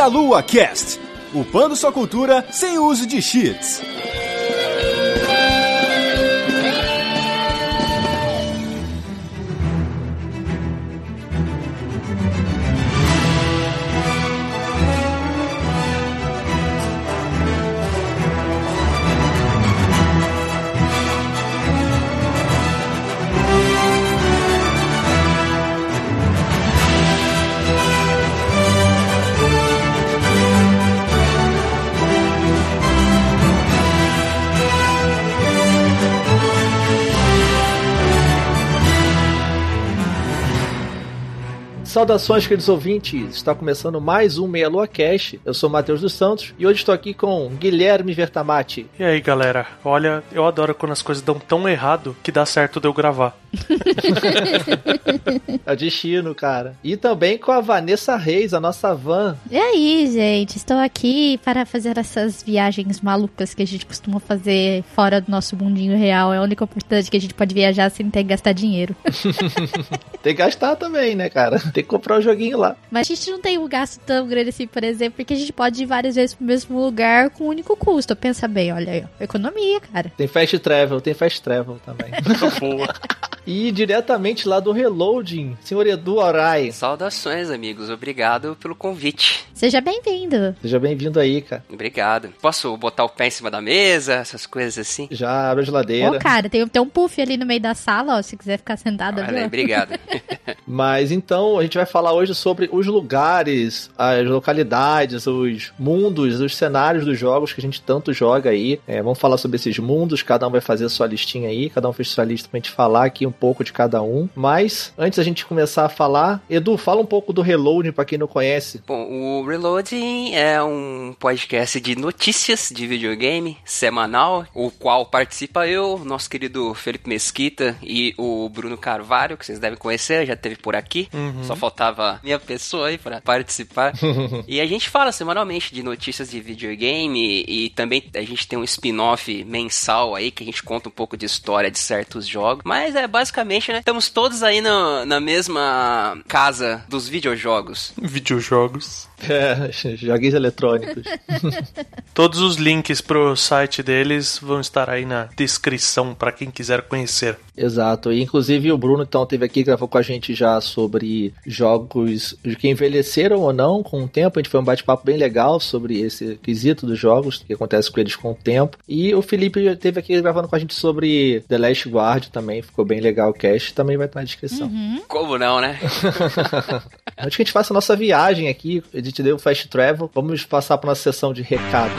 Meia Lua Cast, upando sua cultura sem uso de cheats. Saudações, queridos ouvintes! Está começando mais um Meia Lua Cast. Eu sou o Matheus dos Santos e hoje estou aqui com Guilherme Vertamati. E aí, galera? Olha, eu adoro quando as coisas dão tão errado que dá certo de eu gravar. É o destino, cara. E também com a Vanessa Reis, a nossa van. E aí, gente? Estou aqui para fazer essas viagens malucas que a gente costuma fazer fora do nosso mundinho real. É a única oportunidade que a gente pode viajar sem ter que gastar dinheiro. Tem que gastar também, né, cara? Tem que comprar o joguinho lá. Mas a gente não tem um gasto tão grande assim, por exemplo, porque a gente pode ir várias vezes pro mesmo lugar com um único custo. Pensa bem, olha aí, ó. Economia, cara. Tem fast travel também. Boa. E diretamente lá do Reloading, senhor Edu Arai. Saudações, amigos. Obrigado pelo convite. Seja bem-vindo. Seja bem-vindo aí, cara. Obrigado. Posso botar o pé em cima da mesa, essas coisas assim? Já abre a geladeira. Ô, cara, tem um puff ali no meio da sala, ó, se quiser ficar sentado ali. Olha, obrigado. Mas então, a gente vai falar hoje sobre os lugares, as localidades, os mundos, os cenários dos jogos que a gente tanto joga aí. Vamos falar sobre esses mundos, cada um vai fazer a sua listinha aí, cada um fez sua lista pra gente falar aqui um pouco de cada um. Mas, antes da gente começar a falar, Edu, fala um pouco do Reloading pra quem não conhece. Bom, o Reloading é um podcast de notícias de videogame semanal, o qual participa eu, nosso querido Felipe Mesquita e o Bruno Carvalho, que vocês devem conhecer, já esteve por aqui. Só faltava minha pessoa aí pra participar. E a gente fala semanalmente de notícias de videogame e também a gente tem um spin-off mensal aí que a gente conta um pouco de história de certos jogos. Mas basicamente, né, estamos todos aí na mesma casa dos videojogos. Videojogos. Joguinhos eletrônicos. Todos os links pro site deles vão estar aí na descrição para quem quiser conhecer. Exato, e inclusive o Bruno então teve aqui, gravou com a gente já sobre jogos que envelheceram ou não com o tempo. A gente foi um bate-papo bem legal sobre esse quesito dos jogos, que acontece com eles com o tempo. E o Felipe esteve aqui gravando com a gente sobre The Last Guard também, ficou bem legal o cast, também vai estar na descrição. Como não, né? Antes que a gente faça a nossa viagem aqui, a gente deu fast travel, vamos passar para nossa sessão de recados.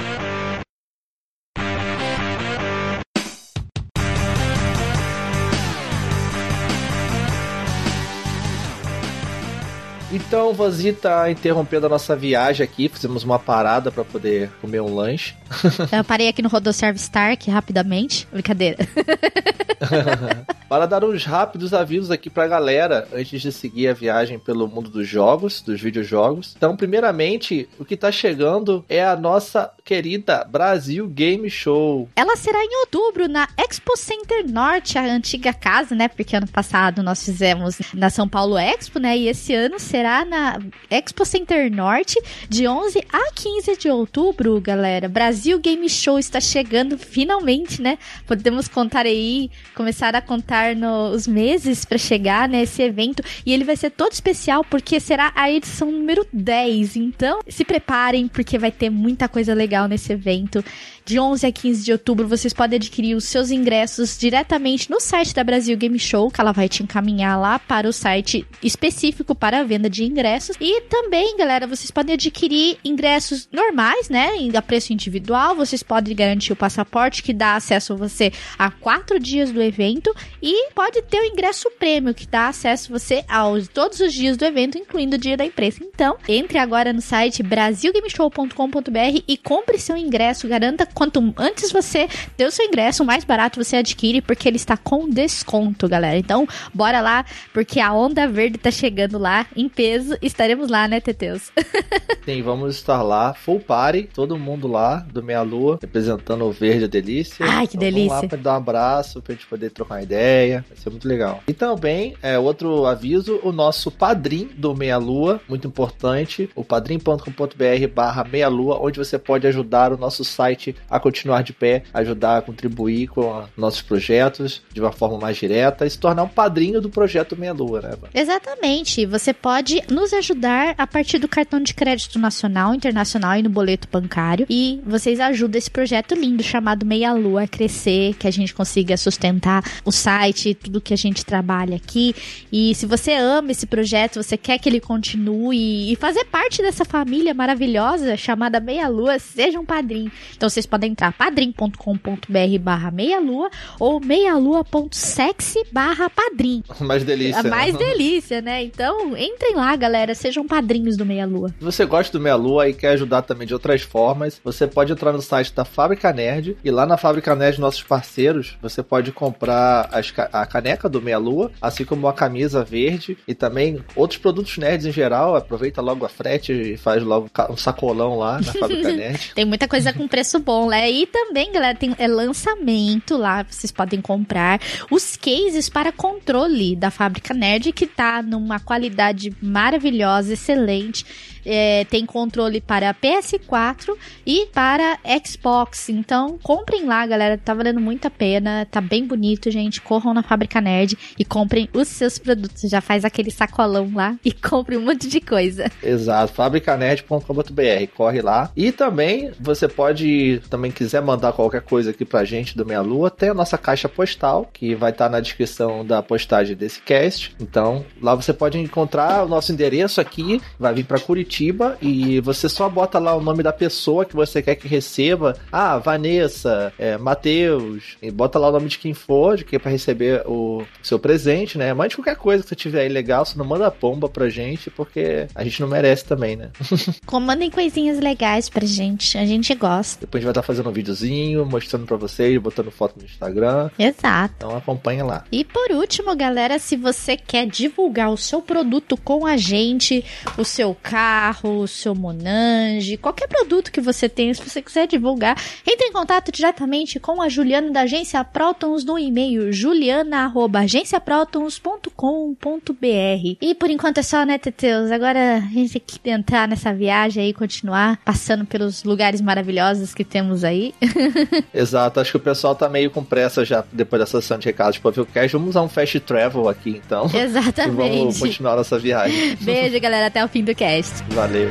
Então, Vozita, interrompendo a nossa viagem aqui, fizemos uma parada para poder comer um lanche. Eu parei aqui no Rodoserve Stark rapidamente. Brincadeira. Para dar uns rápidos avisos aqui pra galera, antes de seguir a viagem pelo mundo dos jogos, dos videojogos. Então, primeiramente, o que tá chegando é a nossa querida Brasil Game Show. Ela será em outubro na Expo Center Norte, a antiga casa, né? Porque ano passado nós fizemos na São Paulo Expo, né? E esse ano será na Expo Center Norte, de 11 a 15 de outubro, galera. Brasil Game Show está chegando finalmente, né? Podemos contar aí, começar a contar os meses para chegar nesse evento. E ele vai ser todo especial porque será a edição número 10. Então, se preparem porque vai ter muita coisa legal nesse evento. De 11 a 15 de outubro, vocês podem adquirir os seus ingressos diretamente no site da Brasil Game Show, que ela vai te encaminhar lá para o site específico para a venda de ingressos. E também, galera, vocês podem adquirir ingressos normais, né, a preço individual. Vocês podem garantir o passaporte, que dá acesso a você a 4 dias do evento. E pode ter o ingresso prêmio, que dá acesso a você a todos os dias do evento, incluindo o dia da imprensa. Então, entre agora no site brasilgameshow.com.br e compre seu ingresso, garanta quanto antes você ter o seu ingresso, mais barato você adquire, porque ele está com desconto, galera. Então, bora lá, porque a Onda Verde tá chegando lá em peso. Estaremos lá, né, Teteus? Sim, vamos estar lá, full party, todo mundo lá, do Meia Lua, representando o Verde a Delícia. Ai, que delícia. Vamos lá pra dar um abraço, pra gente poder trocar uma ideia. ideia, vai ser muito legal. E também, outro aviso, o nosso Padrim do Meia Lua, muito importante, o padrim.com.br/meialua, onde você pode ajudar o nosso site a continuar de pé, ajudar a contribuir com nossos projetos de uma forma mais direta e se tornar um padrinho do projeto Meia Lua, né? Exatamente, você pode nos ajudar a partir do cartão de crédito nacional, internacional e no boleto bancário, e vocês ajudam esse projeto lindo chamado Meia Lua a crescer, que a gente consiga sustentar o site, tudo que a gente trabalha aqui. E se você ama esse projeto, você quer que ele continue e fazer parte dessa família maravilhosa chamada Meia Lua, seja um padrinho. Então vocês podem entrar padrim.com.br/meialua ou meialua.sexy/padrim. Mais delícia. Mais delícia, né? Então entrem lá, galera, sejam padrinhos do Meia Lua. Se você gosta do Meia Lua e quer ajudar também de outras formas, você pode entrar no site da Fábrica Nerd, e lá na Fábrica Nerd, nossos parceiros, você pode comprar a caneca do Meia Lua, assim como a camisa verde e também outros produtos nerds em geral. Aproveita logo a frete e faz logo um sacolão lá na Fábrica Nerd. Tem muita coisa com preço bom, né? E também, galera, tem lançamento lá, vocês podem comprar os cases para controle da Fábrica Nerd, que tá numa qualidade maravilhosa, excelente. Tem controle para PS4 e para Xbox. Então, comprem lá, galera. Tá valendo muito a pena. Tá bem bonito, gente. Corram na Fábrica Nerd e comprem os seus produtos. Já faz aquele sacolão lá e compre um monte de coisa. Exato. fabricanerd.com.br. Corre lá. E também, você pode, também quiser mandar qualquer coisa aqui pra gente do Meia Lua, tem a nossa caixa postal, que vai estar na descrição da postagem desse cast. Então, lá você pode encontrar o nosso endereço aqui. Vai vir pra Curitiba. E você só bota lá o nome da pessoa que você quer que receba. Vanessa, Matheus, e bota lá o nome de quem for, de quem é pra receber o seu presente, né? Mande qualquer coisa que você tiver aí legal, você não manda pomba pra gente, porque a gente não merece também, né? Mandem coisinhas legais pra gente, a gente gosta. Depois a gente vai estar fazendo um videozinho, mostrando pra vocês, botando foto no Instagram. Exato. Então acompanha lá. E por último, galera, se você quer divulgar o seu produto com a gente, o seu carro, o seu Monange, qualquer produto que você tenha, se você quiser divulgar, entre em contato diretamente com a Juliana da Agência Protons no e-mail juliana@agenciaprotons.com.br. E por enquanto é só, né, Teteus? Agora a gente tem que entrar nessa viagem aí e continuar passando pelos lugares maravilhosos que temos aí. Exato, acho que o pessoal tá meio com pressa já depois dessa sessão de recados pro Vilcast. Vamos usar um fast travel aqui então. Exatamente. E vamos continuar nossa viagem. Beijo, galera, até o fim do cast. Valeu.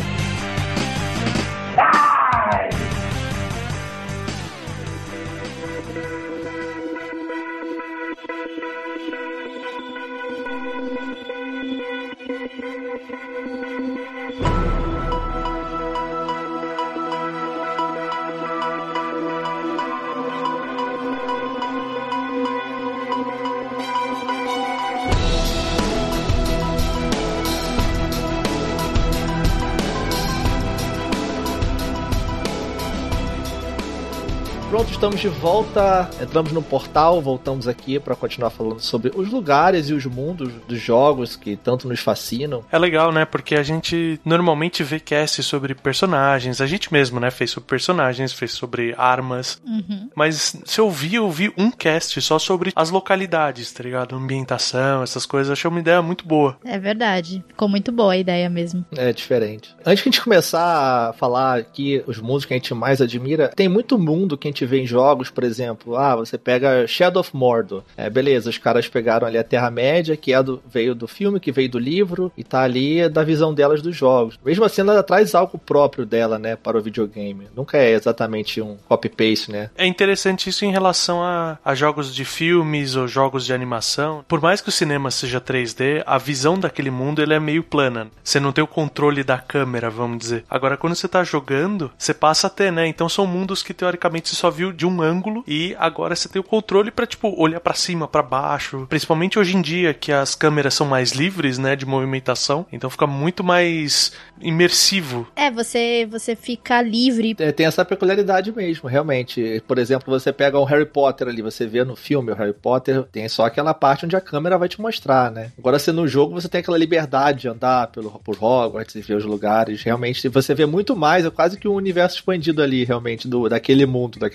Pronto, estamos de volta, entramos no portal, voltamos aqui para continuar falando sobre os lugares e os mundos dos jogos que tanto nos fascinam. É legal, né? Porque a gente normalmente vê cast sobre personagens, a gente mesmo, né? Fez sobre personagens, fez sobre armas, mas se eu vi um cast só sobre as localidades, tá ligado? Ambientação, essas coisas, achei uma ideia muito boa. É verdade, ficou muito boa a ideia mesmo. É diferente. Antes que a gente começar a falar aqui os mundos que a gente mais admira, tem muito mundo que a gente vê em jogos, por exemplo, você pega Shadow of Mordor, beleza, os caras pegaram ali a Terra-média, que veio do filme, que veio do livro, e tá ali da visão delas dos jogos. Mesmo assim, ela traz algo próprio dela, né, para o videogame. Nunca é exatamente um copy-paste, né? É interessante isso em relação a jogos de filmes ou jogos de animação. Por mais que o cinema seja 3D, a visão daquele mundo ele é meio plana. Você não tem o controle da câmera, vamos dizer. Agora, quando você tá jogando, você passa a ter, né? Então são mundos que teoricamente você só viu de um ângulo e agora você tem o controle pra, olhar pra cima, pra baixo. Principalmente hoje em dia, que as câmeras são mais livres, né, de movimentação. Então fica muito mais imersivo. Você fica livre. Tem essa peculiaridade mesmo, realmente. Por exemplo, você pega um Harry Potter ali, você vê no filme o Harry Potter, tem só aquela parte onde a câmera vai te mostrar, né? Agora, se no jogo você tem aquela liberdade de andar por Hogwarts e ver os lugares, realmente você vê muito mais, é quase que um universo expandido ali, realmente, daquele mundo, daquela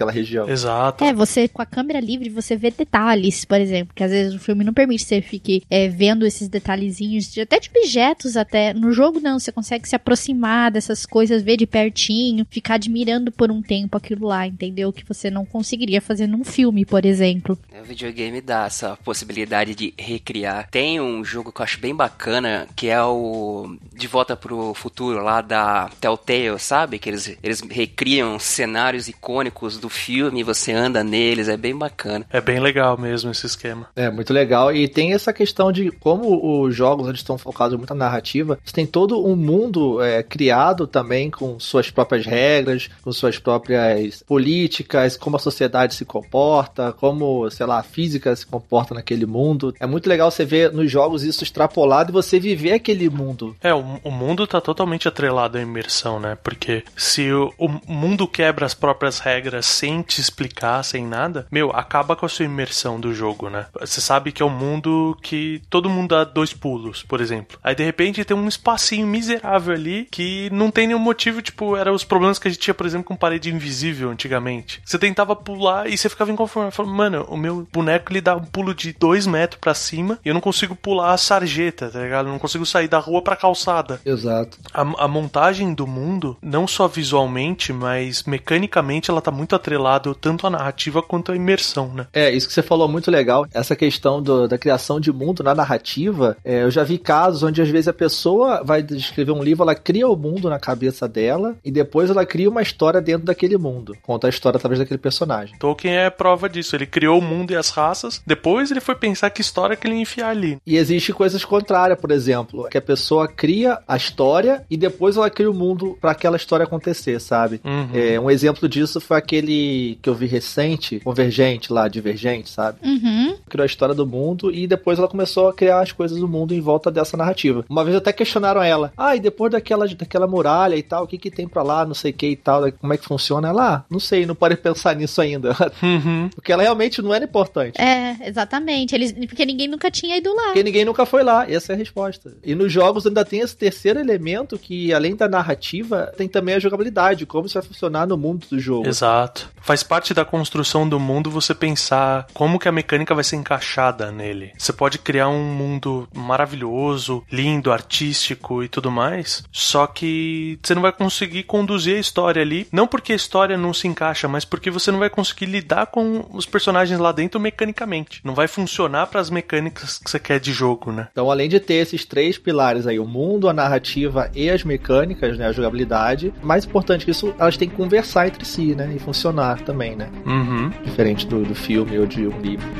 naquela região. Exato. Você com a câmera livre, você vê detalhes, por exemplo, que às vezes o filme não permite que você fique vendo esses detalhezinhos, até de objetos até. No jogo não, você consegue se aproximar dessas coisas, ver de pertinho, ficar admirando por um tempo aquilo lá, entendeu? Que você não conseguiria fazer num filme, por exemplo. O videogame dá essa possibilidade de recriar. Tem um jogo que eu acho bem bacana, que é o De Volta pro Futuro, lá da Telltale, sabe? Que eles recriam cenários icônicos do filme e você anda neles, é bem bacana. É bem legal mesmo esse esquema. É, muito legal. E tem essa questão de como os jogos eles estão focados muito na narrativa, você tem todo um mundo criado também com suas próprias regras, com suas próprias políticas, como a sociedade se comporta, como, sei lá, a física se comporta naquele mundo. É muito legal você ver nos jogos isso extrapolado e você viver aquele mundo. O mundo tá totalmente atrelado à imersão, né? Porque se o mundo quebra as próprias regras sem te explicar, sem nada, acaba com a sua imersão do jogo, né? Você sabe que é um mundo que todo mundo dá 2 pulos, por exemplo. Aí, de repente, tem um espacinho miserável ali que não tem nenhum motivo, tipo, eram os problemas que a gente tinha, por exemplo, com parede invisível antigamente. Você tentava pular e você ficava inconformado. Falava, mano, o meu boneco, ele dá um pulo de 2 metros pra cima e eu não consigo pular a sarjeta, tá ligado? Eu não consigo sair da rua pra calçada. Exato. A montagem do mundo, não só visualmente, mas mecanicamente, ela tá muito atrelada tanto à narrativa quanto à imersão, né? Isso que você falou é muito legal. Essa questão da criação de mundo na narrativa, eu já vi casos onde às vezes a pessoa vai escrever um livro, ela cria o mundo na cabeça dela e depois ela cria uma história dentro daquele mundo. Conta a história através daquele personagem. Tolkien é prova disso. Ele criou o mundo e as raças, depois ele foi pensar que história que ele ia enfiar ali. E existe coisas contrárias, por exemplo, que a pessoa cria a história e depois ela cria o mundo pra aquela história acontecer, sabe? Uhum. Um exemplo disso foi aquele que eu vi recente, Convergente lá, Divergente, sabe? Uhum. Criou a história do mundo e depois ela começou a criar as coisas do mundo em volta dessa narrativa. Uma vez até questionaram ela, e depois daquela muralha e tal, o que tem pra lá, não sei o que e tal, como é que funciona? Ela, não sei, não pode pensar nisso ainda. Uhum. Porque ela realmente não era importante. Exatamente. Porque ninguém nunca tinha ido lá. Porque ninguém nunca foi lá, essa é a resposta. E nos jogos ainda tem esse terceiro elemento que, além da narrativa, tem também a jogabilidade, como isso vai funcionar no mundo do jogo. Exato. Faz parte da construção do mundo você pensar como que a mecânica vai ser encaixada nele. Você pode criar um mundo maravilhoso, lindo, artístico e tudo mais, só que você não vai conseguir conduzir a história ali, não porque a história não se encaixa, mas porque você não vai conseguir lidar com os personagens lá dentro mecanicamente. Não vai funcionar para as mecânicas que você quer de jogo, né? Então, além de ter esses 3 pilares aí, o mundo, a narrativa e as mecânicas, né, a jogabilidade, mais importante que isso, elas têm que conversar entre si, né, e funcionar também, né? Uhum. Diferente do filme ou de um livro.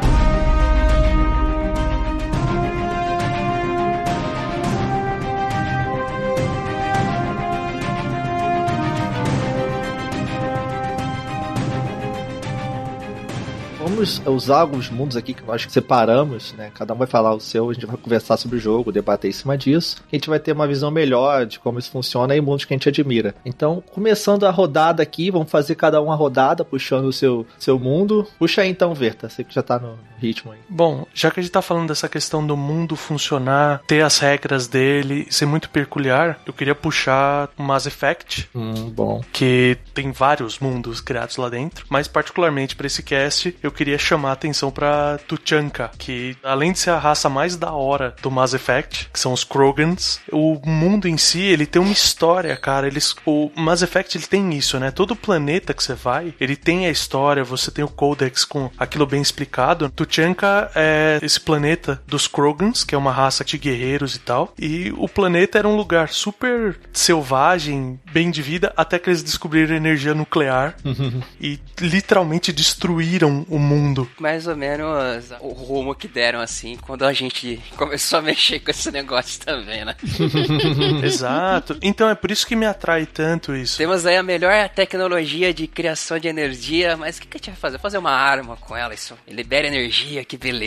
Vamos usar alguns mundos aqui que nós separamos, né? Cada um vai falar o seu, a gente vai conversar sobre o jogo, debater em cima disso. A gente vai ter uma visão melhor de como isso funciona e mundos que a gente admira. Então, começando a rodada aqui, vamos fazer cada um uma rodada, puxando o seu mundo. Puxa aí então, Verta, você que já tá no ritmo aí. Bom, já que a gente tá falando dessa questão do mundo funcionar, ter as regras dele, ser muito peculiar, eu queria puxar o Mass Effect. Bom. Que tem vários mundos criados lá dentro, mas particularmente para esse cast, eu queria chamar a atenção pra Tuchanka, que além de ser a raça mais da hora do Mass Effect, que são os Krogans, o mundo em si, ele tem uma história, cara. O Mass Effect, ele tem isso, né? Todo planeta que você vai, ele tem a história, você tem o Codex com aquilo bem explicado. Tuchanka é esse planeta dos Krogans, que é uma raça de guerreiros e tal, e o planeta era um lugar super selvagem, bem de vida, até que eles descobriram energia nuclear e literalmente destruíram o mundo. Mais ou menos o rumo que deram assim quando a gente começou a mexer com esse negócio também, né? Exato. Então é por isso que me atrai tanto isso. Temos aí a melhor tecnologia de criação de energia, mas o que a gente vai fazer? Fazer uma arma com ela, isso libera energia, que beleza.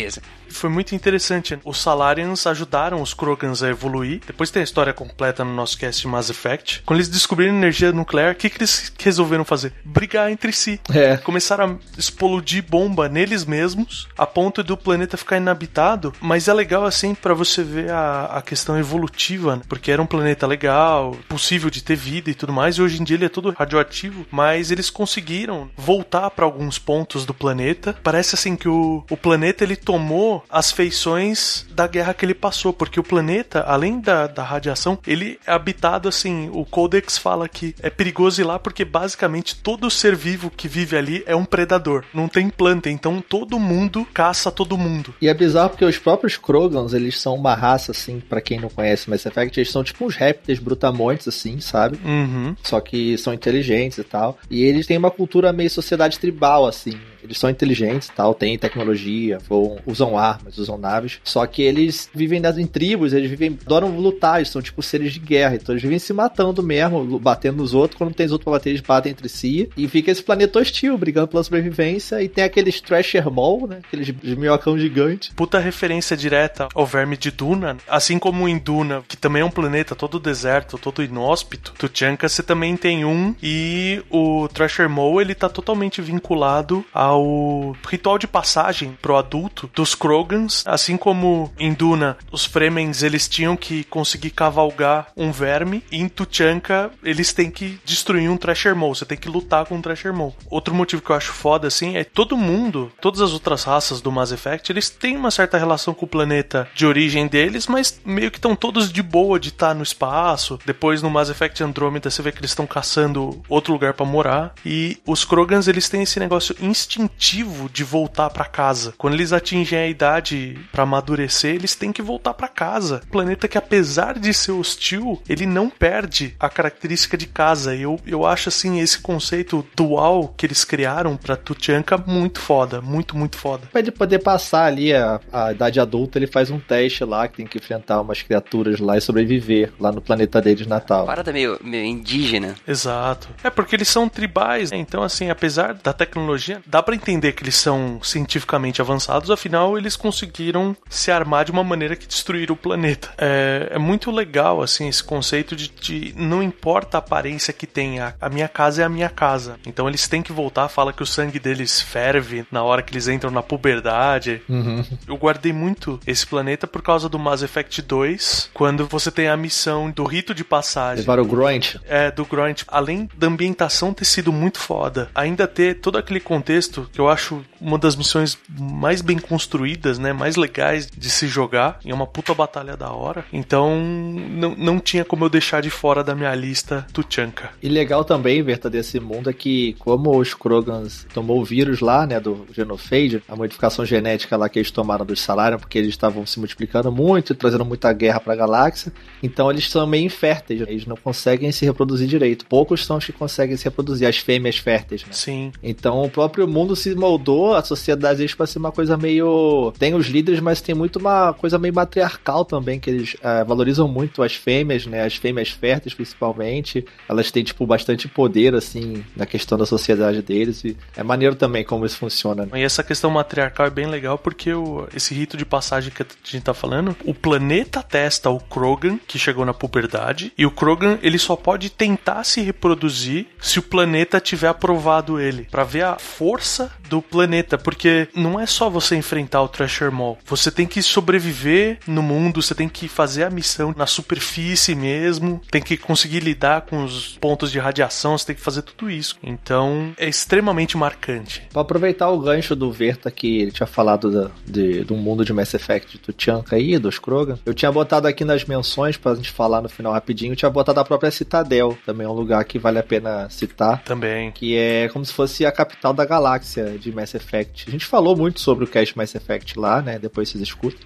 Foi muito interessante. Os Salarians ajudaram os Krogans a evoluir. Depois tem a história completa no nosso cast de Mass Effect. Quando eles descobriram energia nuclear, o que eles resolveram fazer? Brigar entre si. Começaram a explodir bomba neles mesmos, a ponto do planeta ficar inabitado. Mas é legal, assim, pra você ver a questão evolutiva, né? Porque era um planeta legal, possível de ter vida e tudo mais, e hoje em dia ele é todo radioativo, mas eles conseguiram voltar pra alguns pontos do planeta. Parece, assim, que o planeta, ele tomou as feições da guerra que ele passou, porque o planeta, além da radiação, ele é habitado, assim, o Codex fala que é perigoso ir lá porque basicamente todo ser vivo que vive ali é um predador, não tem planta, então todo mundo caça todo mundo. E é bizarro porque os próprios Krogans, eles são uma raça, assim, pra quem não conhece Mass Effect, eles são tipo uns répteis brutamontes, assim, sabe? Só que são inteligentes e tal, e eles têm uma cultura meio sociedade tribal, assim. Eles são inteligentes e tal, têm tecnologia, usam armas, usam naves, só que eles vivem em tribos, adoram lutar, eles são tipo seres de guerra, então eles vivem se matando mesmo, batendo nos outros, quando não tem os outros pra bater, eles batem entre si, e fica esse planeta hostil, brigando pela sobrevivência, e tem aqueles Thrasher Maul, né, aqueles minhocão gigantes. Puta referência direta ao verme de Duna, assim como em Duna, que também é um planeta todo deserto, todo inóspito, Tuchanka você também tem um, e o Thrasher Maul, ele tá totalmente vinculado ao ritual de passagem pro adulto dos Krogans, assim como em Duna, os Fremens, eles tinham que conseguir cavalgar um verme, e em Tuchanka, eles têm que destruir um Thrasher Maul, você tem que lutar com um Thrasher Maul. Outro motivo que eu acho foda, assim, é todo mundo, todas as outras raças do Mass Effect, eles têm uma certa relação com o planeta de origem deles, mas meio que estão todos de boa de estar no espaço. Depois no Mass Effect Andromeda, você vê que eles estão caçando outro lugar pra morar, e os Krogans, eles têm esse negócio instintivo de voltar pra casa. Quando eles atingem a idade pra amadurecer, eles têm que voltar pra casa. Planeta que, apesar de ser hostil, ele não perde a característica de casa. E eu acho, assim, esse conceito dual que eles criaram pra Tuchanka muito foda. Muito, muito foda. Pra ele poder passar ali a idade adulta, ele faz um teste lá, que tem que enfrentar umas criaturas lá e sobreviver lá no planeta dele de Natal. Parada meio indígena. Exato. É porque eles são tribais, né? Então, assim, apesar da tecnologia, dá pra entender que eles são cientificamente avançados, afinal eles conseguiram se armar de uma maneira que destruíram o planeta. É muito legal, assim, esse conceito de não importa a aparência que tenha, a minha casa é a minha casa. Então eles têm que voltar, fala que o sangue deles ferve na hora que eles entram na puberdade. Eu guardei muito esse planeta por causa do Mass Effect 2, quando você tem a missão do rito de passagem. Levar o Grunt. Do Grunt. Além da ambientação ter sido muito foda, ainda ter todo aquele contexto que eu acho uma das missões mais bem construídas, né, mais legais de se jogar, e é uma puta batalha da hora. Então não tinha como eu deixar de fora da minha lista Tuchanka. E legal também, Verta, desse mundo é que, como os Krogans tomou o vírus lá, né, do Genophage, a modificação genética lá que eles tomaram dos Salarian, porque eles estavam se multiplicando muito e trazendo muita guerra pra galáxia, então eles são meio inférteis, eles não conseguem se reproduzir direito. Poucos são os que conseguem se reproduzir, as fêmeas férteis, né? Sim. Então o próprio mundo se moldou, a sociedade deles, pra ser uma coisa meio... Tem os líderes, mas tem muito uma coisa meio matriarcal também, que eles valorizam muito as fêmeas, né? As fêmeas férteis, principalmente. Elas têm, tipo, bastante poder, assim, na questão da sociedade deles. E é maneiro também como isso funciona, né? E essa questão matriarcal é bem legal, porque esse rito de passagem que a gente tá falando, o planeta testa o Krogan, que chegou na puberdade, e o Krogan, ele só pode tentar se reproduzir se o planeta tiver aprovado ele, pra ver a força do planeta, porque não é só você enfrentar o Thrasher Maul, você tem que sobreviver no mundo, você tem que fazer a missão na superfície mesmo, tem que conseguir lidar com os pontos de radiação, você tem que fazer tudo isso. Então, é extremamente marcante. Pra aproveitar o gancho do Verta, que ele tinha falado do mundo de Mass Effect de Tuchanka aí, dos Krogan, eu tinha botado aqui nas menções, pra gente falar no final rapidinho, eu tinha botado a própria Citadel, também é um lugar que vale a pena citar. Também. Que é como se fosse a capital da galáxia de Mass Effect. A gente falou muito sobre o cast Mass Effect lá, né? Depois vocês escutam.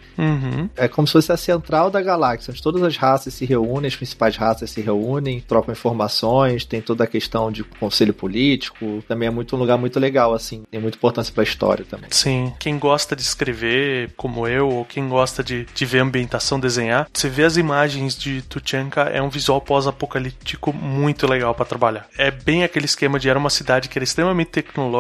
É como se fosse a central da galáxia, onde todas as raças se reúnem, as principais raças se reúnem, trocam informações, tem toda a questão de conselho político. Também é um lugar muito legal, assim. Tem muita importância pra história também. Sim. Quem gosta de escrever, como eu, ou quem gosta de ver a ambientação, desenhar, você vê as imagens de Tuchanka, é um visual pós-apocalíptico muito legal pra trabalhar. É bem aquele esquema de era uma cidade que era extremamente tecnológica,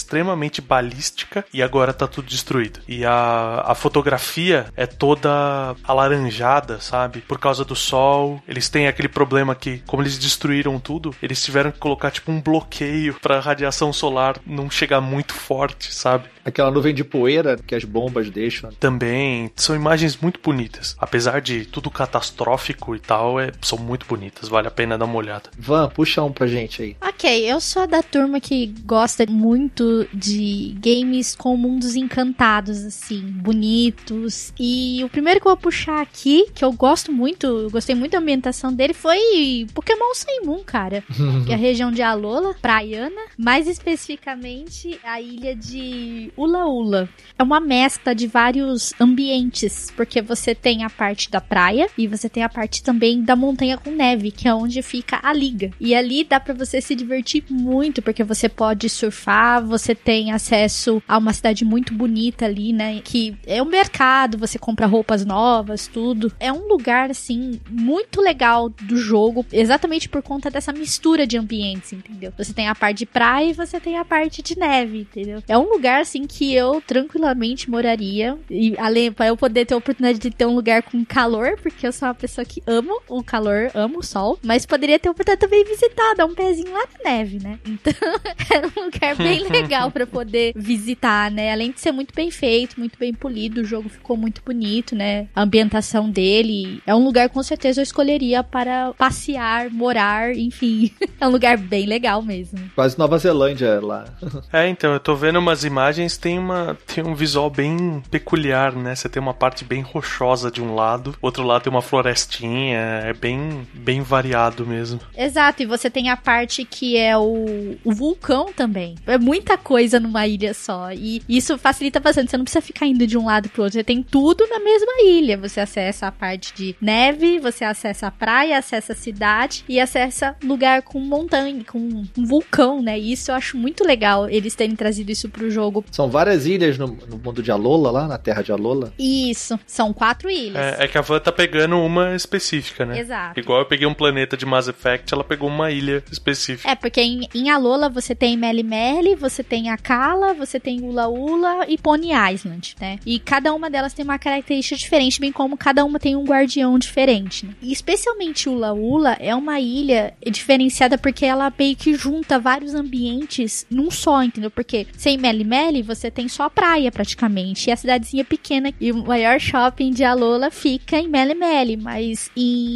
extremamente balística e agora tá tudo destruído. E a fotografia é toda alaranjada, sabe? Por causa do sol. Eles têm aquele problema que, como eles destruíram tudo, eles tiveram que colocar tipo um bloqueio pra radiação solar não chegar muito forte, sabe? Aquela nuvem de poeira que as bombas deixam. Também são imagens muito bonitas. Apesar de tudo catastrófico e tal, são muito bonitas. Vale a pena dar uma olhada. Van, puxa um pra gente aí. Ok, eu sou da turma que gosta muito de games com mundos encantados, assim, bonitos. E o primeiro que eu vou puxar aqui, que eu gosto muito, eu gostei muito da ambientação dele, foi Pokémon Sun Moon, cara. Que é a região de Alola, praiana. Mais especificamente, a ilha de Ula Ula. É uma mescla de vários ambientes, porque você tem a parte da praia e você tem a parte também da montanha com neve, que é onde fica a liga. E ali dá pra você se divertir muito, porque você pode surfar, você tem acesso a uma cidade muito bonita ali, né, que é um mercado, você compra roupas novas, tudo. É um lugar, assim, muito legal do jogo, exatamente por conta dessa mistura de ambientes, entendeu? Você tem a parte de praia e você tem a parte de neve, entendeu? É um lugar, assim, que eu tranquilamente moraria, e além pra eu poder ter a oportunidade de ter um lugar com calor, porque eu sou uma pessoa que amo o calor, amo o sol, mas poderia ter a oportunidade também de visitar, dar um pezinho lá na neve, né? Então, era um lugar bem legal pra poder visitar, né? Além de ser muito bem feito, muito bem polido, o jogo ficou muito bonito, né? A ambientação dele é um lugar com certeza eu escolheria para passear, morar, enfim. É um lugar bem legal mesmo. Quase Nova Zelândia lá. Então, eu tô vendo umas imagens, tem um visual bem peculiar, né? Você tem uma parte bem rochosa de um lado, outro lado tem uma florestinha, é bem variado mesmo. Exato, e você tem a parte que é o vulcão também. É muita coisa numa ilha só, e isso facilita bastante, você não precisa ficar indo de um lado pro outro, você tem tudo na mesma ilha. Você acessa a parte de neve, você acessa a praia, acessa a cidade e acessa lugar com montanha, com um vulcão, né? E isso eu acho muito legal, eles terem trazido isso pro jogo. São várias ilhas no mundo de Alola, lá na terra de Alola. Isso, são 4 ilhas. É que a Van tá pegando uma específica, né? Exato. Igual eu peguei um planeta de Mass Effect, ela pegou uma ilha específica. É, porque em Alola você tem Meli Meli, você tem Akala, você tem Ula Ula e Pony Island, né? E cada uma delas tem uma característica diferente, bem como cada uma tem um guardião diferente, né? E especialmente Ula Ula é uma ilha diferenciada porque ela meio que junta vários ambientes num só, entendeu? Porque sem Meli Meli você tem só a praia praticamente, e a cidadezinha pequena, e o maior shopping de Alola fica em Meli Meli, mas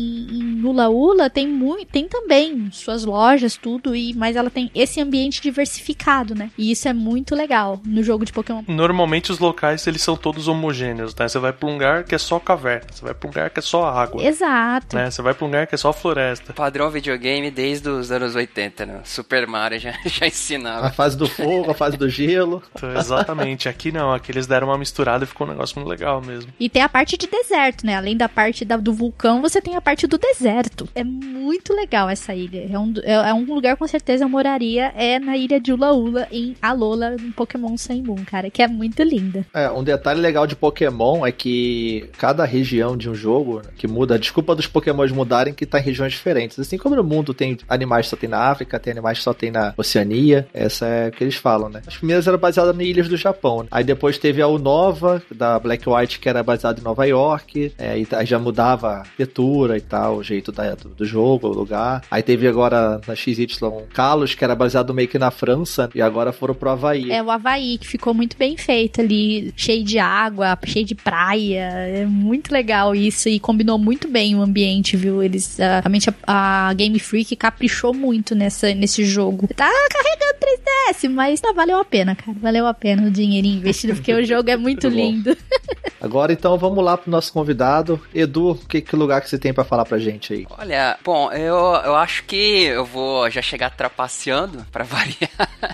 em Ula Ula tem também suas lojas, tudo, mas ela tem esse ambiente diversificado, né? E isso é muito legal no jogo de Pokémon. Normalmente os locais, eles são todos homogêneos, né? Você vai pra um lugar que é só caverna, você vai pra um lugar que é só água. Exato. Né? Você vai pra um lugar que é só floresta. Padrão videogame desde os anos 80, né? Super Mario já ensinava. A fase do fogo, a fase do gelo. Então, exatamente. Aqui não, aqui eles deram uma misturada e ficou um negócio muito legal mesmo. E tem a parte de deserto, né? Além da parte do vulcão, você tem a parte do deserto. É muito legal essa ilha. É um lugar com certeza eu moraria, na ilha de Ula Ula, em Alola, em Pokémon Sun Moon, cara, que é muito linda. Um detalhe legal de Pokémon é que cada região de um jogo que muda, a desculpa dos Pokémons mudarem que tá em regiões diferentes. Assim como no mundo tem animais que só tem na África, tem animais que só tem na Oceania, essa é o que eles falam, né? As primeiras eram baseadas em ilhas do Japão, né? Aí depois teve a Unova, da Black White, que era baseada em Nova York, aí já mudava a arquitetura e tal, o jeito do jogo, o lugar. Aí teve agora na XY Kalos, que era baseado meio que na França, e agora foram pro Havaí. É o Havaí, que ficou muito bem feito ali, cheio de água, cheio de praia, é muito legal isso, e combinou muito bem o ambiente, viu? Eles, realmente a Game Freak caprichou muito nesse jogo. Tá carregando 3DS, mas valeu a pena, cara, valeu a pena o dinheirinho investido, porque o jogo é muito lindo. Agora então vamos lá pro nosso convidado. Edu, que lugar que você tem pra falar pra gente aí? Olha, bom, eu acho que eu vou já chegar trapaceando pra variar.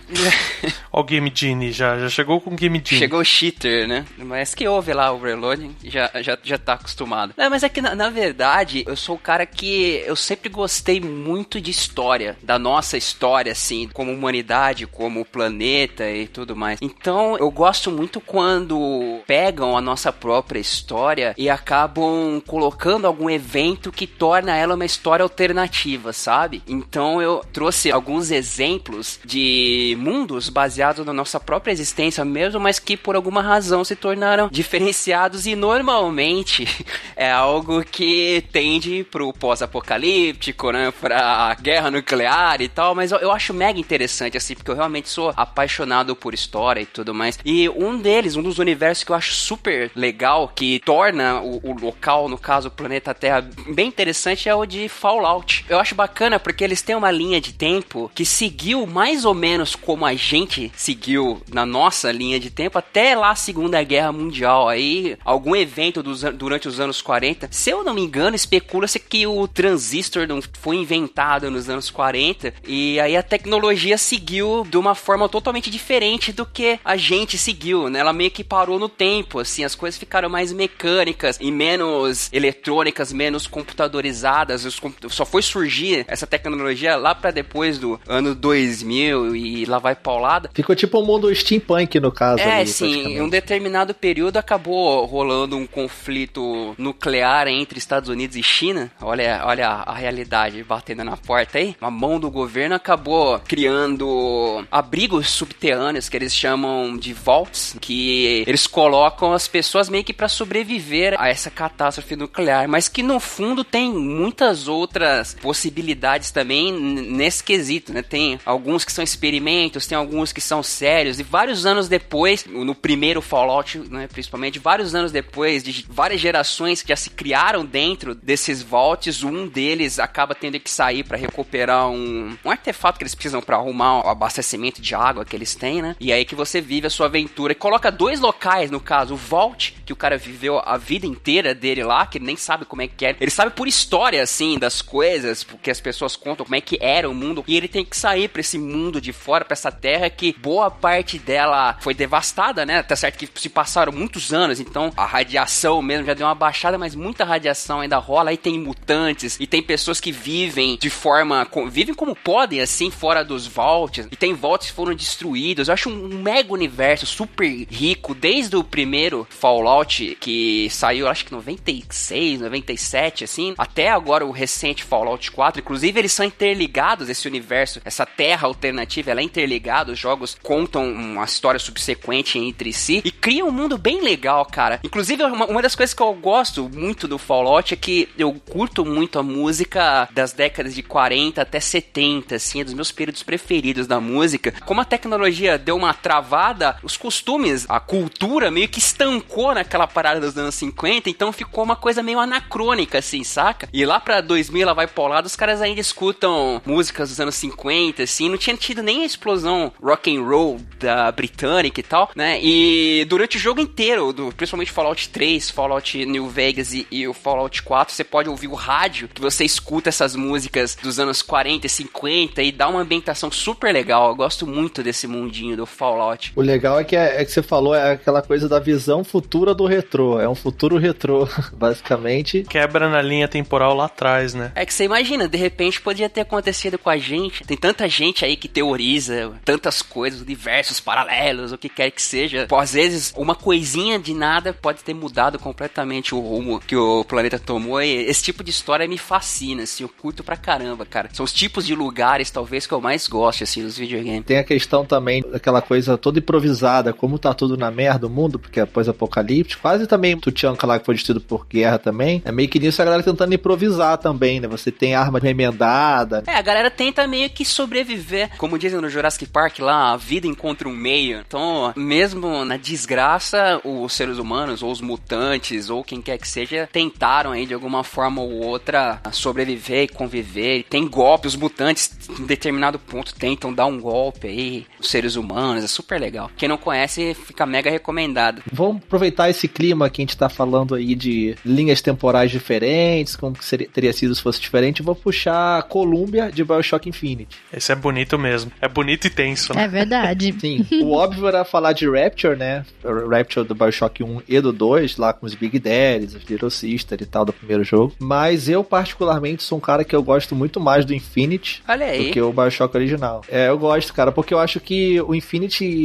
Ó o Game Genie, já chegou com o Game Genie. Chegou o cheater, né? Mas que ouve lá o Reloading, já tá acostumado. Não, mas é que na verdade, eu sou o cara que eu sempre gostei muito de história, da nossa história, assim, como humanidade, como planeta e tudo mais. Então, eu gosto muito quando pegam a nossa própria história e acabam colocando algum evento que torna ela uma história alternativa, sabe? Então, eu trouxe alguns exemplos de mundos baseados na nossa própria existência mesmo, mas que por alguma razão se tornaram diferenciados, e normalmente é algo que tende pro pós-apocalíptico, né? Pra guerra nuclear e tal, mas eu acho mega interessante, assim, porque eu realmente sou apaixonado por história e tudo mais. E um dos universos que eu acho super legal, que torna o local, no caso o planeta Terra, bem interessante, é o de Fallout. Eu acho bacana porque eles têm uma linha de tempo que seguiu mais ou menos como a gente seguiu na nossa linha de tempo até lá a Segunda Guerra Mundial. Aí, algum evento durante os anos 40, se eu não me engano, especula-se que o transistor não foi inventado nos anos 40, e aí a tecnologia seguiu de uma forma totalmente diferente do que a gente seguiu, né? Ela meio que parou no tempo, assim, as coisas ficaram mais mecânicas e menos eletrônicas, menos computadorizadas. Só foi surgir essa tecnologia lá pra depois do ano 2000 e lá vai paulada. Ficou tipo um mundo steampunk, no caso. Sim, em um determinado período acabou rolando um conflito nuclear entre Estados Unidos e China. Olha a realidade batendo na porta aí. A mão do governo acabou criando abrigos subterrâneos que eles chamam de vaults, que eles colocam as pessoas meio que pra sobreviver a essa catástrofe nuclear, mas que no fundo tem muitas outras possibilidades também nesse quesito, né? Tem alguns que são experimentos, tem alguns que são sérios, e vários anos depois, no primeiro Fallout, né, principalmente, vários anos depois de várias gerações que já se criaram dentro desses vaults, um deles acaba tendo que sair pra recuperar um artefato que eles precisam pra arrumar o abastecimento de água que eles têm, né? E aí que você vive a sua aventura e coloca dois locais, no caso, o Vault, que o cara viveu a vida inteira dele lá, que ele nem sabe como é que é. Ele sabe por história, assim, das coisas, porque as pessoas contam como é que era o mundo, e ele tem que sair pra esse mundo de fora, pra essa terra que boa parte dela foi devastada, né? Tá certo que se passaram muitos anos, então a radiação mesmo já deu uma baixada, mas muita radiação ainda rola. Aí tem mutantes, e tem pessoas que vivem de forma... vivem como podem, assim, fora dos vaults, e tem vaults que foram destruídos. Eu acho um mega universo super rico, desde o primeiro Fallout, que saiu, acho que 96, 97, assim, até agora o recente Fallout 4. Inclusive, eles são interligados, esse universo, essa terra alternativa, ela é interligada, os jogos contam uma história subsequente entre si, e cria um mundo bem legal, cara. Inclusive, uma das coisas que eu gosto muito do Fallout é que eu curto muito a música das décadas de 40 até 70, assim, é dos meus períodos preferidos da música. Como a tecnologia deu uma travada, os costumes, a cultura meio que estancou naquela parada dos anos 50, então ficou uma coisa meio anacrônica, assim, saca? E lá pra 2000, ela vai pro lado, os caras ainda escutam músicas dos anos 50, assim, não tinha tido nem a explosão rock and roll da britânica e tal, né? E durante o jogo inteiro, principalmente Fallout 3, Fallout New Vegas e o Fallout 4, você pode ouvir o rádio, que você escuta essas músicas dos anos 40 e 50 e dá uma ambientação super legal. Eu gosto muito desse mundinho do Fallout. O legal é que você falou, é aquela coisa da visão futura do retrô. É um futuro retrô, basicamente. Quebra na linha temporal lá atrás, né? É que você imagina, de repente podia ter acontecido com a gente. Tem tanta gente aí que teoriza tantas coisas, universos paralelos, o que quer que seja. Pô, às vezes, uma coisinha de nada pode ter mudado completamente o rumo que o planeta tomou. E esse tipo de história me fascina, assim, eu curto pra caramba, cara. São os tipos de lugares, talvez, que eu mais gosto, assim, dos videogames. Tem a questão também daquela coisa toda improvisada, como tá tudo na merda o mundo, porque é pós-apocalíptico. Quase também Tuchanka lá, que foi destruído por guerra também. É meio que nisso a galera tentando improvisar também, né? Você tem arma remendada. A galera tenta meio que sobreviver. Como dizem no Jurassic Park lá, a vida encontra um meio. Então, mesmo na desgraça, os seres humanos, ou os mutantes, ou quem quer que seja, tentaram aí de alguma forma ou outra sobreviver e conviver. Tem golpes, os mutantes em determinado ponto tentam dar um golpe aí, os seres humanos, é super legal. Quem não conhece, fica mega recomendado. Vamos aproveitar esse clima que a gente tá falando aí de linhas temporais diferentes, como que teria sido se fosse diferente. Vou puxar a Columbia de BioShock Infinite. Esse é bonito mesmo. É bonito e tenso, né? É verdade. Sim, o óbvio era falar de Rapture, né? O Rapture do BioShock 1 e do 2, lá com os Big Daddies, os Little Sister e tal, do primeiro jogo. Mas eu, particularmente, sou um cara que eu gosto muito mais do Infinite do que o BioShock original. Eu gosto, cara, porque eu acho que o Infinite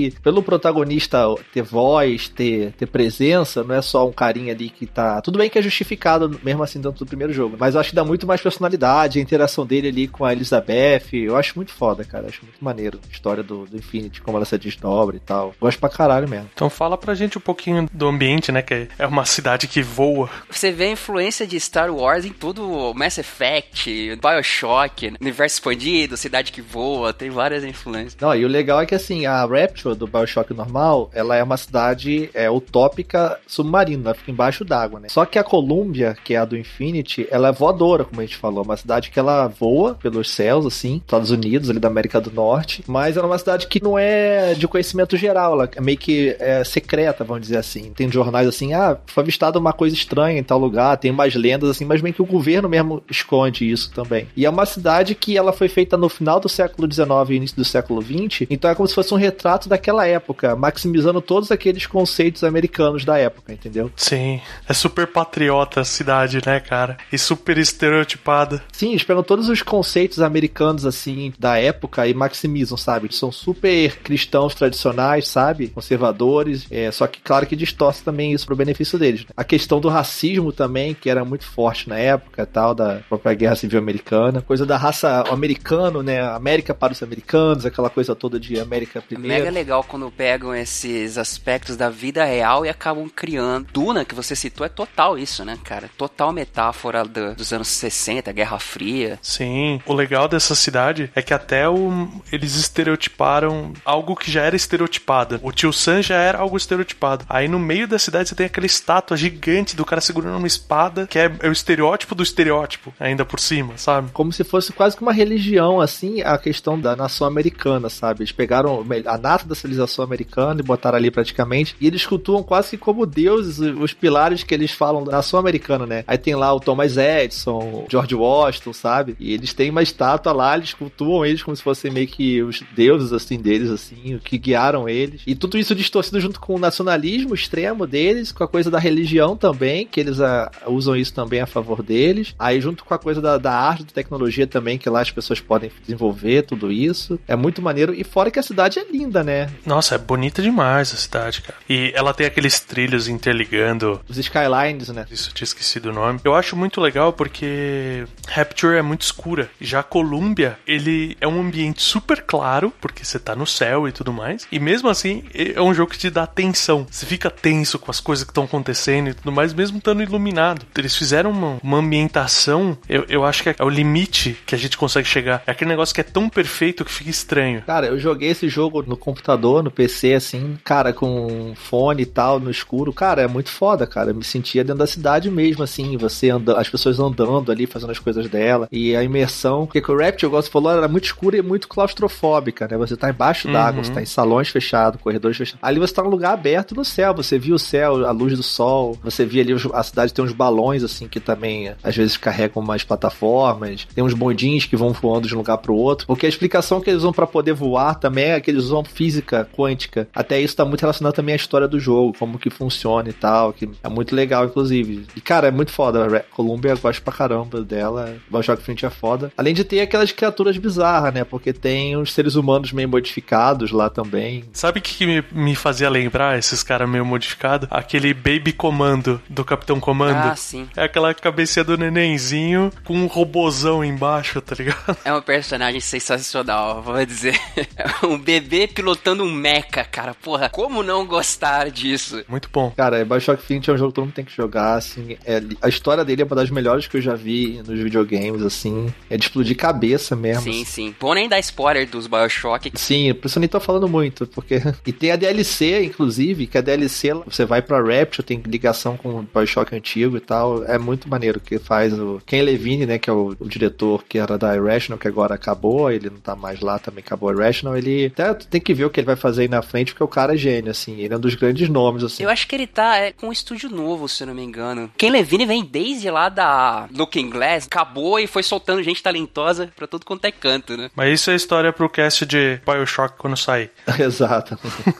que, pelo protagonista ter voz, ter presença, não é só um carinha ali que tá... Tudo bem que é justificado, mesmo assim, dentro do primeiro jogo, mas eu acho que dá muito mais personalidade, a interação dele ali com a Elizabeth, eu acho muito foda, cara, acho muito maneiro a história do Infinity, como ela se desdobra e tal. Gosto pra caralho mesmo. Então fala pra gente um pouquinho do ambiente, né, que é uma cidade que voa. Você vê a influência de Star Wars em tudo, Mass Effect, BioShock, universo expandido, cidade que voa, tem várias influências. Não, e o legal é que assim, a Rapture do BioShock normal, ela é uma cidade utópica submarina, ela fica embaixo d'água, né? Só que a Columbia, que é a do Infinity, ela é voadora, como a gente falou, uma cidade que ela voa pelos céus, assim, Estados Unidos, ali da América do Norte, mas ela é uma cidade que não é de conhecimento geral, ela é meio que secreta, vamos dizer assim. Tem jornais assim, foi avistada uma coisa estranha em tal lugar, tem umas lendas assim, mas meio que o governo mesmo esconde isso também. E é uma cidade que ela foi feita no final do século XIX e início do século XX, então é como se fosse um retrato daquela época, maximizando todos aqueles conceitos americanos da época, entendeu? Sim, é super patriota a cidade, né, cara? E super estereotipada. Sim, eles pegam todos os conceitos americanos, assim, da época e maximizam, sabe? São super cristãos tradicionais, sabe? Conservadores, só que claro que distorce também isso pro benefício deles. A questão do racismo também, que era muito forte na época, tal, da própria Guerra Civil Americana, coisa da raça americana, né? América para os americanos, aquela coisa toda de América primeiro. É mega legal quando pegam esses aspectos da vida real e acabam criando. Duna, que você citou, é total isso, né, cara? Total metáfora dos anos 60, Guerra Fria. Sim, o legal dessa cidade é que até eles estereotiparam algo que já era estereotipado. O Tio Sam já era algo estereotipado. Aí no meio da cidade você tem aquela estátua gigante do cara segurando uma espada, que é o estereótipo do estereótipo, ainda por cima, sabe? Como se fosse quase que uma religião, assim, a questão da nação americana, sabe? Eles pegaram a nata da civilização americana e botaram ali praticamente, e eles cultuam quase que como deuses os pilares que eles falam da nação americana, né? Aí tem lá o Thomas Edison, George Washington, sabe? E eles têm uma estátua lá, eles cultuam eles como se fossem meio que os deuses, assim, deles, assim, que guiaram eles. E tudo isso distorcido junto com o nacionalismo extremo deles, com a coisa da religião também, que eles usam isso também a favor deles. Aí junto com a coisa da arte, da tecnologia também, que lá as pessoas podem desenvolver tudo isso. É muito maneiro. E fora que a cidade é linda, né? Nossa, é bonita demais a cidade, cara. E ela tem aqueles trilhos interligando. Os skylines, né? Isso, eu tinha esquecido o nome. Eu acho muito legal porque Rapture é muito escura. Já Columbia, ele é um ambiente super claro, porque você tá no céu e tudo mais. E mesmo assim, é um jogo que te dá tensão. Você fica tenso com as coisas que estão acontecendo e tudo mais, mesmo estando iluminado. Eles fizeram uma ambientação, eu acho que é o limite que a gente consegue chegar. É aquele negócio que é tão perfeito que fica estranho. Cara, eu joguei esse jogo no computador, no PC, assim, cara, com fone e tal, no escuro. Cara, é muito foda, cara. Eu me sentia dentro da cidade mesmo, assim, as pessoas andando ali, fazendo as coisas dela. E a imersão, porque o Rapture, igual você falou, era muito escura e muito claustrofóbica, né? Você tá embaixo d'água, você tá em salões fechados, corredores fechados. Ali você tá num lugar aberto no céu, você via o céu, a luz do sol, você via ali, a cidade tem uns balões, assim, que também, às vezes, carregam umas plataformas, tem uns bondinhos que vão voando de um lugar pro outro, porque a explicação que eles usam pra poder voar também é que eles usam física quântica. Até isso tá muito relacionado também à história do jogo, como que funciona e tal, que é muito legal, inclusive. E, cara, é muito foda. A Columbia, eu gosto pra caramba dela. O BioShock Infinite é foda. Além de ter aquelas criaturas bizarras, né? Porque tem uns seres humanos meio modificados lá também. Sabe o que me fazia lembrar esses caras meio modificados? Aquele Baby Comando do Capitão Comando. Ah, sim. É aquela cabecinha do nenenzinho com um robozão embaixo, tá ligado? É um personagem sensacional, vou dizer. Um bebê pilotando um mecha, cara. Porra, como não gostar disso? Muito bom. Cara, BioShock Infinite é um jogo que todo mundo tem que jogar, assim. A história dele é uma das melhores que eu já vi nos videogames, assim. É de explodir cabeça mesmo. Sim, sim. Bom nem dar spoiler dos BioShock. Sim, por isso eu nem tô falando muito, porque... E tem a DLC, inclusive, que a DLC, você vai pra Rapture, tem ligação com o BioShock antigo e tal. É muito maneiro que faz o Ken Levine, né, que é o diretor que era da Irrational, que agora acabou, ele não tá mais lá, também acabou a Irrational. Ele até tem que ver o que ele vai fazer aí na frente, porque o cara é gênio, assim. Ele é um dos grandes nomes, assim. Eu acho que ele tá com um estúdio novo, se eu não me engano. Ken Levine vem desde lá da Looking Glass, acabou e foi soltando gente talentosa pra tudo quanto é canto, né? Mas isso é história pro cast de BioShock quando sair. Exato.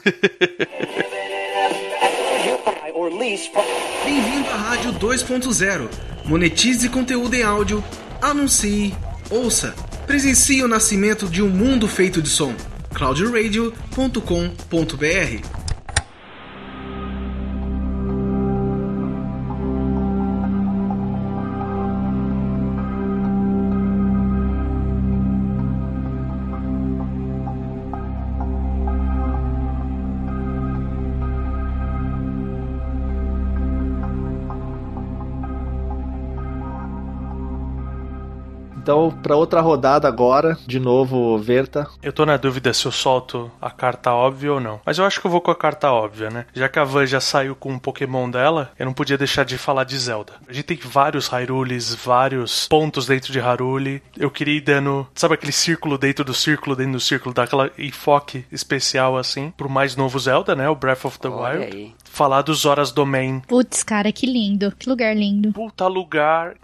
Bem-vindo à Rádio 2.0. Monetize conteúdo em áudio, anuncie, ouça, presencie o nascimento de um mundo feito de som. cloudradio.com.br. Então, pra outra rodada agora, de novo, Verta. Eu tô na dúvida se eu solto a carta óbvia ou não. Mas eu acho que eu vou com a carta óbvia, né? Já que a Van já saiu com um Pokémon dela, eu não podia deixar de falar de Zelda. A gente tem vários Hyrules, vários pontos dentro de Hyrule. Eu queria ir dando, sabe aquele círculo dentro do círculo, daquela enfoque especial assim, pro mais novo Zelda, né? O Breath of the Wild. Aí. Falar dos Zoras Domain. Putz, cara, que lindo. Que lugar lindo. Puta lugar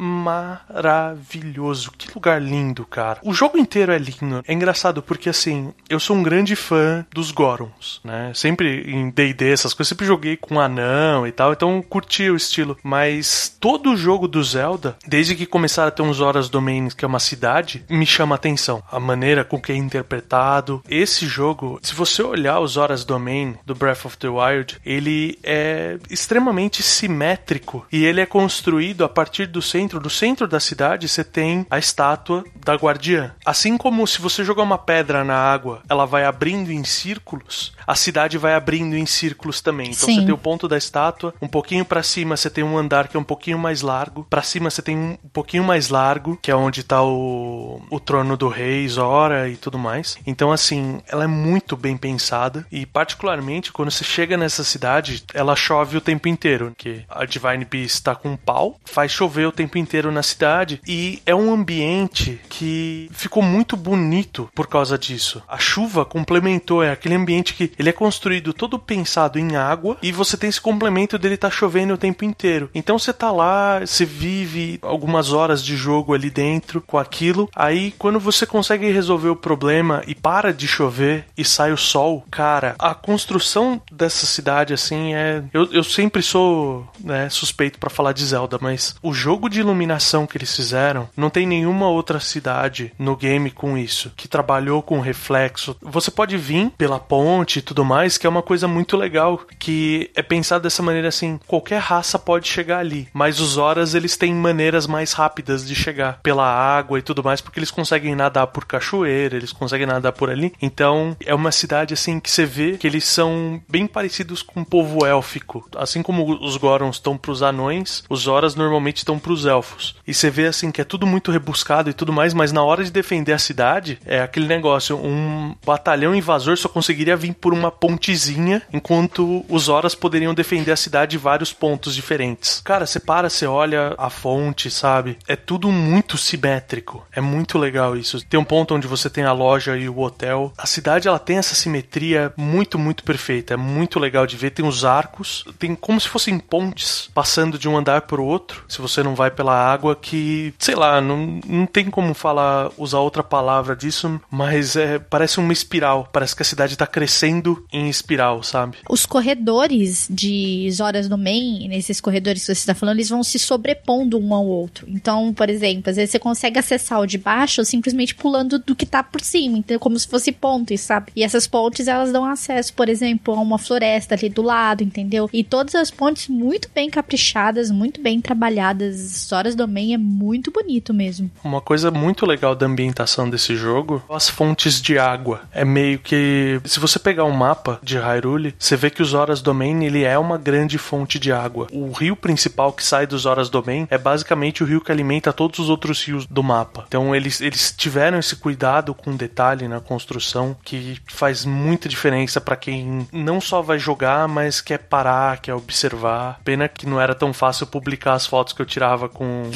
maravilhoso. Que lugar lindo, cara. O jogo inteiro é lindo. É engraçado porque, assim, eu sou um grande fã dos Gorons, né? Sempre em D&D, essas coisas, sempre joguei com anão e tal, então curti o estilo. Mas todo o jogo do Zelda, desde que começaram a ter uns Zoras Domain, que é uma cidade, me chama a atenção. A maneira com que é interpretado. Esse jogo, se você olhar os Zoras Domain do Breath of the Wild, ele é extremamente simétrico e ele é construído a partir do centro. No centro da cidade você tem a estátua da guardiã. Assim como se você jogar uma pedra na água, ela vai abrindo em círculos, a cidade vai abrindo em círculos também. Então Sim. Você tem o ponto da estátua, um pouquinho pra cima você tem um andar que é um pouquinho mais largo, pra cima você tem um pouquinho mais largo, que é onde tá o trono do rei, Zora e tudo mais. Então assim, ela é muito bem pensada e particularmente quando você chega nessa cidade, ela chove o tempo inteiro, porque a Divine Beast tá com um pau, faz chover o tempo inteiro na cidade e é um ambiente que ficou muito bonito por causa disso. A chuva complementou, é aquele ambiente que ele é construído todo pensado em água e você tem esse complemento dele tá chovendo o tempo inteiro. Então você tá lá, você vive algumas horas de jogo ali dentro com aquilo, aí quando você consegue resolver o problema e para de chover e sai o sol, cara, a construção dessa cidade assim eu sempre sou, né, suspeito pra falar de Zelda, mas o jogo de iluminação que eles fizeram, não tem nenhuma outra cidade no game com isso, que trabalhou com reflexo. Você pode vir pela ponte e tudo mais, que é uma coisa muito legal, que é pensado dessa maneira assim, qualquer raça pode chegar ali, mas os Zoras, eles têm maneiras mais rápidas de chegar pela água e tudo mais, porque eles conseguem nadar por cachoeira, eles conseguem nadar por ali, então é uma cidade assim, que você vê que eles são bem parecidos com o povo élfico, assim como os Gorons estão pros anões, os Zoras normalmente estão pros elfos, e você vê assim, que é tudo muito rebuscado e tudo mais, mas na hora de defender a cidade, é aquele negócio, um batalhão invasor só conseguiria vir por uma pontezinha, enquanto os Zoras poderiam defender a cidade de vários pontos diferentes. Cara, você para, você olha a fonte, sabe? É tudo muito simétrico. É muito legal isso. Tem um ponto onde você tem a loja e o hotel. A cidade, ela tem essa simetria muito, muito perfeita. É muito legal de ver. Tem os arcos, tem como se fossem pontes passando de um andar pro outro, se você não vai pela água, que, sei lá, não tem como usar outra palavra disso, mas parece uma espiral. Parece que a cidade tá crescendo em espiral, sabe? Os corredores de Zoras Domain, nesses corredores que você está falando, eles vão se sobrepondo um ao outro. Então, por exemplo, às vezes você consegue acessar o de baixo simplesmente pulando do que tá por cima, então, como se fosse pontes, sabe? E essas pontes, elas dão acesso, por exemplo, a uma floresta ali do lado, entendeu? E todas as pontes muito bem caprichadas, muito bem trabalhadas. Zoras Domain é muito bonito mesmo. Uma coisa muito legal da ambientação desse jogo, as fontes de água. É meio que, se você pegar um mapa de Hyrule, você vê que o Zoras Domain, ele é uma grande fonte de água. O rio principal que sai do Zoras Domain é basicamente o rio que alimenta todos os outros rios do mapa. Então eles tiveram esse cuidado com detalhe na construção que faz muita diferença pra quem não só vai jogar, mas quer parar, quer observar. Pena que não era tão fácil publicar as fotos que eu tirava com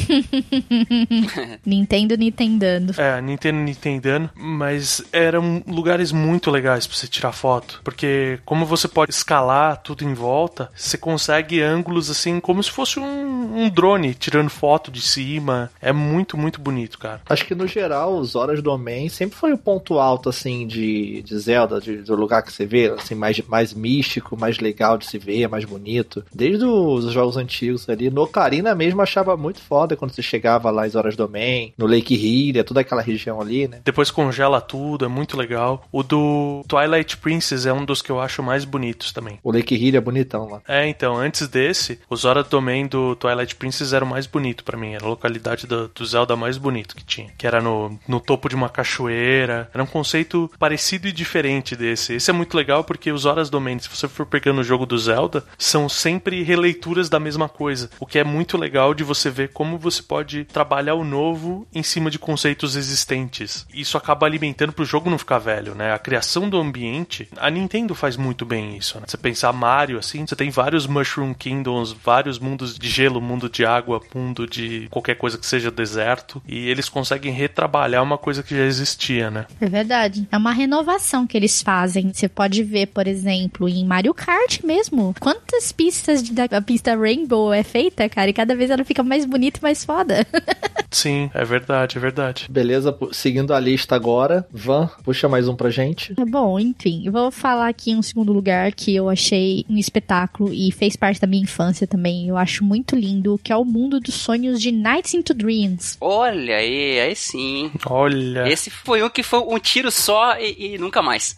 Nintendando. Nintendando, mas eram lugares muito legais pra você tirar foto, porque como você pode escalar tudo em volta, você consegue ângulos assim, como se fosse um drone tirando foto de cima. É muito, muito bonito, cara. Acho que no geral, os Zoras Domain sempre foi o ponto alto, assim, de Zelda, do lugar que você vê, assim, mais místico, mais legal de se ver, é mais bonito. Desde os jogos antigos ali, no Ocarina mesmo achava muito foda quando você chegava lá em Zoras Domain, no Lake Hylia, toda aquela região ali, né? Depois congela tudo, é muito legal. O do Twilight Princess é um dos que eu acho mais bonitos também. O Lake Hylia é bonitão lá. Então, antes desse, o Zora Domain do Twilight Princess era o mais bonito pra mim. Era a localidade do Zelda mais bonito que tinha. Que era no topo de uma cachoeira. Era um conceito parecido e diferente desse. Esse é muito legal porque os Zoras Domain, se você for pegando o jogo do Zelda, são sempre releituras da mesma coisa. O que é muito legal de você ver como você pode trabalhar o novo em cima de conceitos existentes. Isso acaba alimentando pro jogo não ficar velho, né? A criação do ambiente, a Nintendo faz muito bem isso, né? Você pensar Mario, assim, você tem vários Mushroom Kingdoms, vários mundos de gelo, mundo de água, mundo de qualquer coisa que seja deserto, e eles conseguem retrabalhar uma coisa que já existia, né? É verdade. É uma renovação que eles fazem. Você pode ver, por exemplo, em Mario Kart mesmo, quantas pistas da pista Rainbow é feita, cara, e cada vez ela fica mais bonita e mais foda. Sim, é verdade, é verdade. Beleza, seguindo a lista agora, Van, puxa mais um pra gente. Bom, enfim, eu vou falar aqui um segundo lugar que eu achei um espetáculo e fez parte da minha infância também. Eu acho muito lindo, que é o mundo dos sonhos de Nights into Dreams. Olha aí sim. Olha. Esse foi um que foi um tiro só e nunca mais.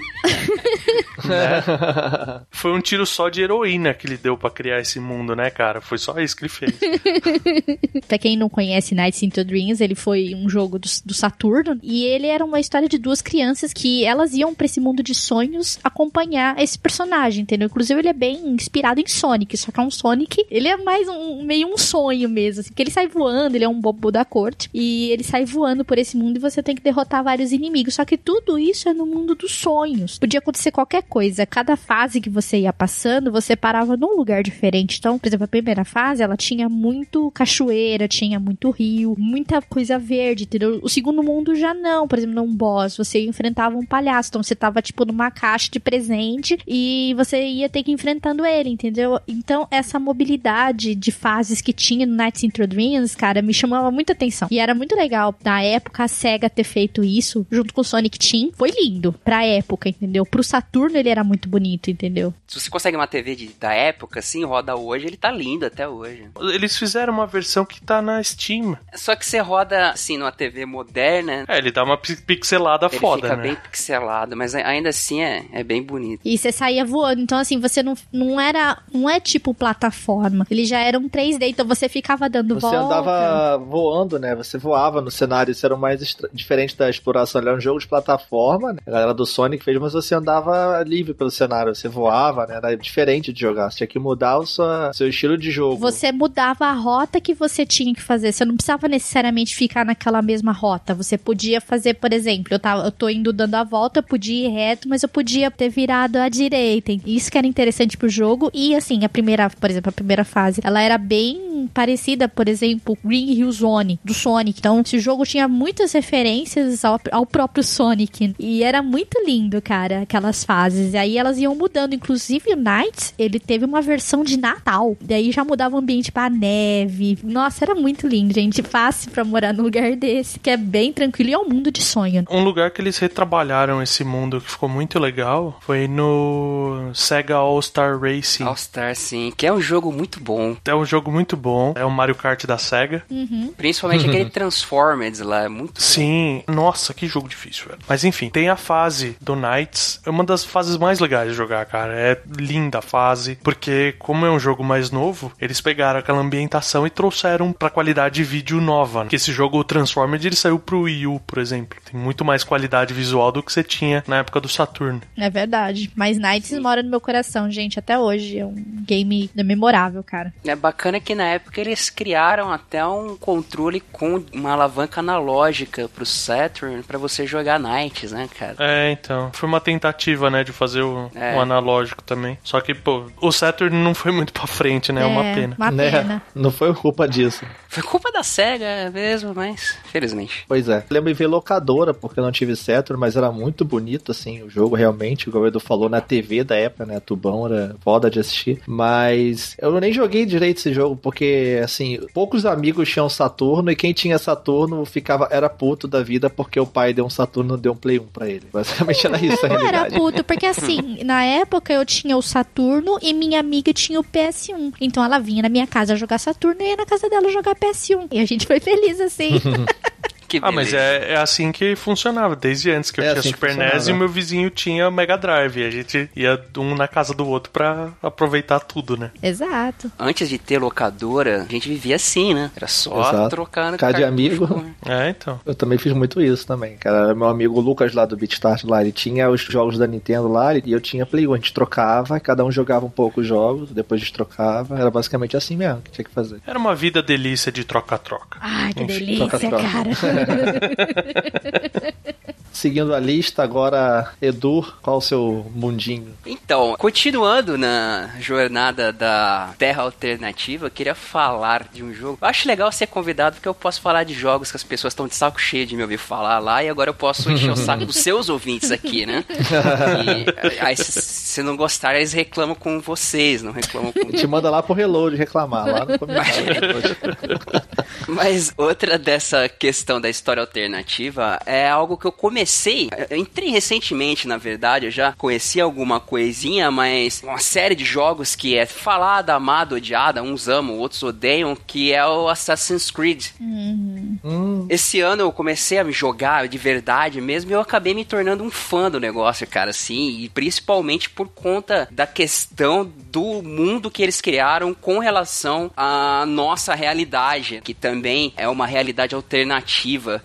Né? Foi um tiro só de heroína que ele deu pra criar esse mundo, né, cara? Foi só isso que ele fez. Pra quem não conhece Nights into Dreams, ele foi um jogo do Saturno, e ele era uma história de duas crianças que elas iam pra esse mundo de sonhos acompanhar esse personagem, entendeu? Inclusive ele é bem inspirado em Sonic, só que é um Sonic, ele é mais meio um sonho mesmo, assim, porque ele sai voando, ele é um bobo da corte, e ele sai voando por esse mundo e você tem que derrotar vários inimigos, só que tudo isso é no mundo dos sonhos. Podia acontecer qualquer coisa, cada fase que você ia passando, você parava num lugar diferente. Então, por exemplo, a primeira fase, ela tinha muito cachoeira, tinha muito rio, muita coisa verde, entendeu? O segundo mundo já não, por exemplo, num boss, você enfrentava um palhaço, então você tava, tipo, numa caixa de presente e você ia ter que ir enfrentando ele, entendeu? Então, essa mobilidade de fases que tinha no Nights into Dreams, cara, me chamava muita atenção. E era muito legal, na época, a SEGA ter feito isso, junto com o Sonic Team, foi lindo pra época, entendeu? Pro Saturno ele era muito bonito, entendeu? Se você consegue uma TV da época, assim, roda hoje, ele tá lindo até hoje. Eles fizeram uma versão que tá na Steam. Só que você roda, assim, numa TV moderna... Ele dá uma pixelada ele foda, fica né? bem pixelado, mas ainda assim é bem bonito. E você saía voando, então assim, você não é tipo plataforma, ele já era um 3D, então você ficava dando volta. Você andava voando, né? Você voava no cenário, isso era o mais diferente da exploração. Ele era um jogo de plataforma, né? A galera do Sonic fez, mas você andava livre pelo cenário, você voava, né? Era diferente de jogar, você tinha que mudar o seu estilo de jogo. Você mudava a rota que você tinha que fazer, você não precisava necessariamente ficar naquela mesma rota, você podia fazer, por exemplo, eu tô indo dando a volta, eu podia ir reto, mas eu podia ter virado à direita, isso que era interessante pro jogo. E assim, por exemplo, a primeira fase, ela era bem parecida, por exemplo, Green Hill Zone, do Sonic, então esse jogo tinha muitas referências ao próprio Sonic, e era muito lindo, cara, aquelas fases, e aí elas iam mudando, inclusive o Nights, ele teve uma versão de Natal, daí já mudava o ambiente pra neve, nossa, era muito lindo, gente, fácil pra morar num lugar desse, que é bem tranquilo e é um mundo de sonho. Um lugar que eles retrabalharam esse mundo que ficou muito legal foi no Sega All-Star Racing. All-Star, sim, que é um jogo muito bom. É um jogo muito bom, é o Mario Kart da Sega. Principalmente aquele Transformers lá, é muito Sim, bom. Nossa, que jogo difícil, velho. Mas enfim, tem a fase do Nights, é uma das fases mais legais de jogar, cara. É linda a fase, porque como é um jogo mais novo, eles pegaram aquela ambientação e trouxeram pra qualidade de vídeo nova, né? Porque esse jogo, o Transformers, ele saiu pro Wii U, por exemplo. Tem muito mais qualidade visual do que você tinha na época do Saturno. É verdade, mas Nights mora no meu coração, gente, até hoje. É um game memorável, cara. É bacana que na época eles criaram até um controle com uma alavanca analógica pro Saturn pra você jogar Nights, né, cara? Então. Foi uma tentativa, né, de fazer o analógico também. Só que, pô, o Saturn não foi muito pra frente, né? É uma pena. Uma pena. Não foi culpa disso. Foi culpa da SEGA mesmo, mas felizmente. Pois é. Eu lembro de ver locadora, porque eu não tive Saturn, mas era muito bonito, assim, o jogo realmente, igual o Edu falou, na TV da época, né, Tubão, era foda de assistir, mas eu nem joguei direito esse jogo, porque, assim, poucos amigos tinham Saturno, e quem tinha Saturno era puto da vida, porque o pai deu um Saturno, deu um Play 1 pra ele. Basicamente era isso. essa não era realidade. puto, porque assim, na época eu tinha o Saturno e minha amiga tinha o PS1. Então ela vinha na minha casa jogar Saturno e ia na casa dela jogar PS1. E a gente foi feliz assim. Mas é assim que funcionava, desde antes que eu tinha assim Super NES e o meu vizinho tinha Mega Drive. E a gente ia um na casa do outro pra aproveitar tudo, né? Exato. Antes de ter locadora, a gente vivia assim, né? Era só Exato. trocando Cada de amigo. Então. Eu também fiz muito isso também, cara. Meu amigo Lucas lá do BeatStart lá, ele tinha os jogos da Nintendo lá e eu tinha Play 1. A gente trocava, cada um jogava um pouco os jogos, depois a gente trocava. Era basicamente assim mesmo que tinha que fazer. Era uma vida delícia de troca-troca. Ai, que delícia, troca-troca. cara. Seguindo a lista, agora, Edu, qual o seu mundinho? Então, continuando na jornada da Terra Alternativa, eu queria falar de um jogo. Eu acho legal ser convidado porque eu posso falar de jogos que as pessoas estão de saco cheio de me ouvir falar lá e agora eu posso encher o saco dos seus ouvintes aqui, né? E aí, se não gostar, eles reclamam com vocês, não reclamam comigo. Te manda lá pro Reload reclamar, lá no comentário. Mas outra dessa questão da história alternativa é algo que eu comecei, eu entrei recentemente, na verdade, eu já conhecia alguma coisinha, mas uma série de jogos que é falada, amada, odiada, uns amam, outros odeiam, que é o Assassin's Creed. Esse ano eu comecei a me jogar de verdade mesmo e eu acabei me tornando um fã do negócio, cara, assim, e principalmente por conta da questão do mundo que eles criaram com relação à nossa realidade, que também é uma realidade alternativa.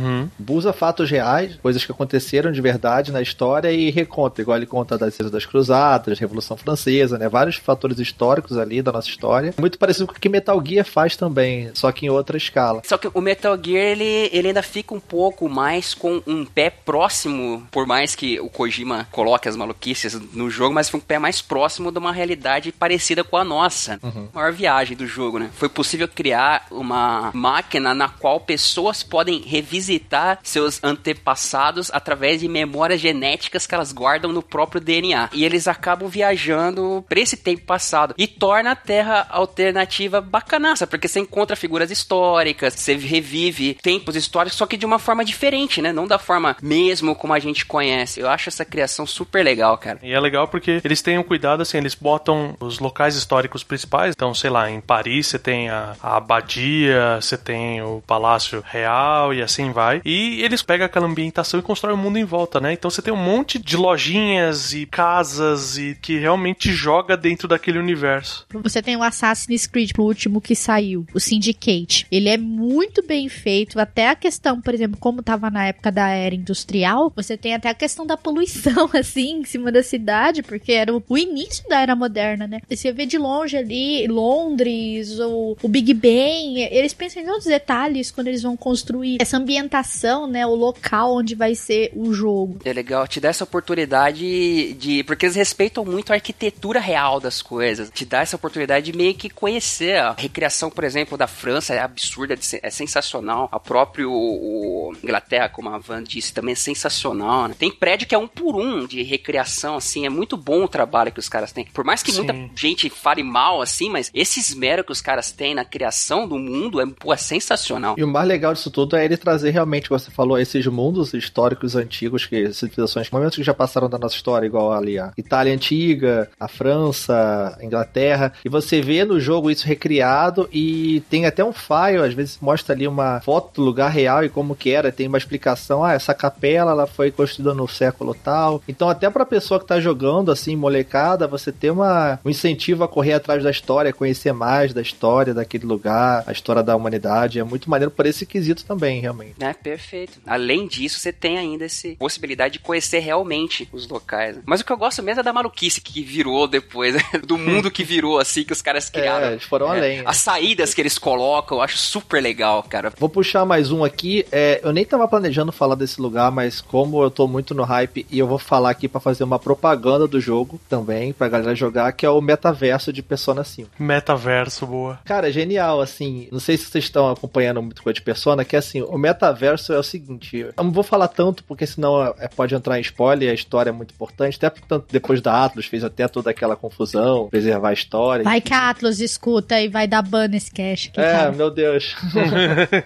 Usa fatos reais, coisas que aconteceram de verdade na história e reconta, igual ele conta das Cruzadas, Revolução Francesa, né? Vários fatores históricos ali da nossa história. Muito parecido com o que Metal Gear faz também, só que em outra escala. Só que o Metal Gear, ele ainda fica um pouco mais com um pé próximo, por mais que o Kojima coloque as maluquices no jogo, mas foi um pé mais próximo de uma realidade parecida com a nossa. A maior viagem do jogo, né? Foi possível criar uma máquina na qual pessoas podem revisitar seus antepassados através de memórias genéticas que elas guardam no próprio DNA. E eles acabam viajando pra esse tempo passado. E torna a Terra Alternativa bacanaça, porque você encontra figuras históricas, você revive tempos históricos, só que de uma forma diferente, né? Não da forma mesmo como a gente conhece. Eu acho essa criação super legal, cara. E é legal porque eles têm um cuidado, assim, eles botam os locais históricos principais. Então, sei lá, em Paris você tem a abadia, você tem o Palácio Real e assim vai. E eles pegam aquela ambientação e constroem o mundo em volta, né? Então você tem um monte de lojinhas e casas e que realmente joga dentro daquele universo. Você tem o Assassin's Creed, o último que saiu, o Syndicate. Ele é muito bem feito, até a questão, por exemplo, como tava na época da era industrial, você tem até a questão da poluição, assim, em cima da cidade, porque era o início da era moderna, né? Você vê de longe ali, Londres, ou o Big Ben, eles pensam em outros detalhes quando eles vão construir essa ambientação, né? O local onde vai ser o jogo. É legal, te dá essa oportunidade de... Porque eles respeitam muito a arquitetura real das coisas. Te dá essa oportunidade de meio que conhecer. A recriação, por exemplo, da França é absurda, é sensacional. A própria Inglaterra, como a Van disse, também é sensacional, né? Tem prédio que é 1 por 1 de recriação, assim. É muito bom o trabalho que os caras têm. Por mais que muita gente fale mal, assim, mas esse esmero que os caras têm na criação do mundo é sensacional. E o mais legal disso tudo é ele trazer realmente, como você falou, esses mundos históricos antigos, que civilizações, momentos que já passaram da nossa história, igual ali a Itália antiga, a França, a Inglaterra, e você vê no jogo isso recriado e tem até um file, às vezes mostra ali uma foto do lugar real e como que era, tem uma explicação, essa capela, ela foi construída no século tal, então até pra pessoa que tá jogando, assim, molecada, você tem um incentivo a correr atrás da história, conhecer mais da história daquele lugar, a história da humanidade, é muito maneiro por esse quesito também, realmente. É, perfeito. Além disso, você tem ainda essa possibilidade de conhecer realmente os locais. Mas o que eu gosto mesmo é da maluquice que virou depois, do mundo que virou, assim, que os caras criaram. Eles foram além. As saídas que eles colocam, eu acho super legal, cara. Vou puxar mais um aqui, eu nem tava planejando falar desse lugar, mas como eu tô muito no hype, e eu vou falar aqui pra fazer uma propaganda do jogo também, pra galera jogar, que é o metaverso de Persona 5. Metaverso, boa. Cara, genial, assim, não sei se vocês estão acompanhando muito coisa de Persona, que assim, o metaverso é o seguinte, eu não vou falar tanto, porque senão pode entrar em spoiler, a história é muito importante, até porque depois da Atlus fez até toda aquela confusão, preservar a história. Vai que a Atlus escuta e vai dar ban nesse cache. Meu Deus.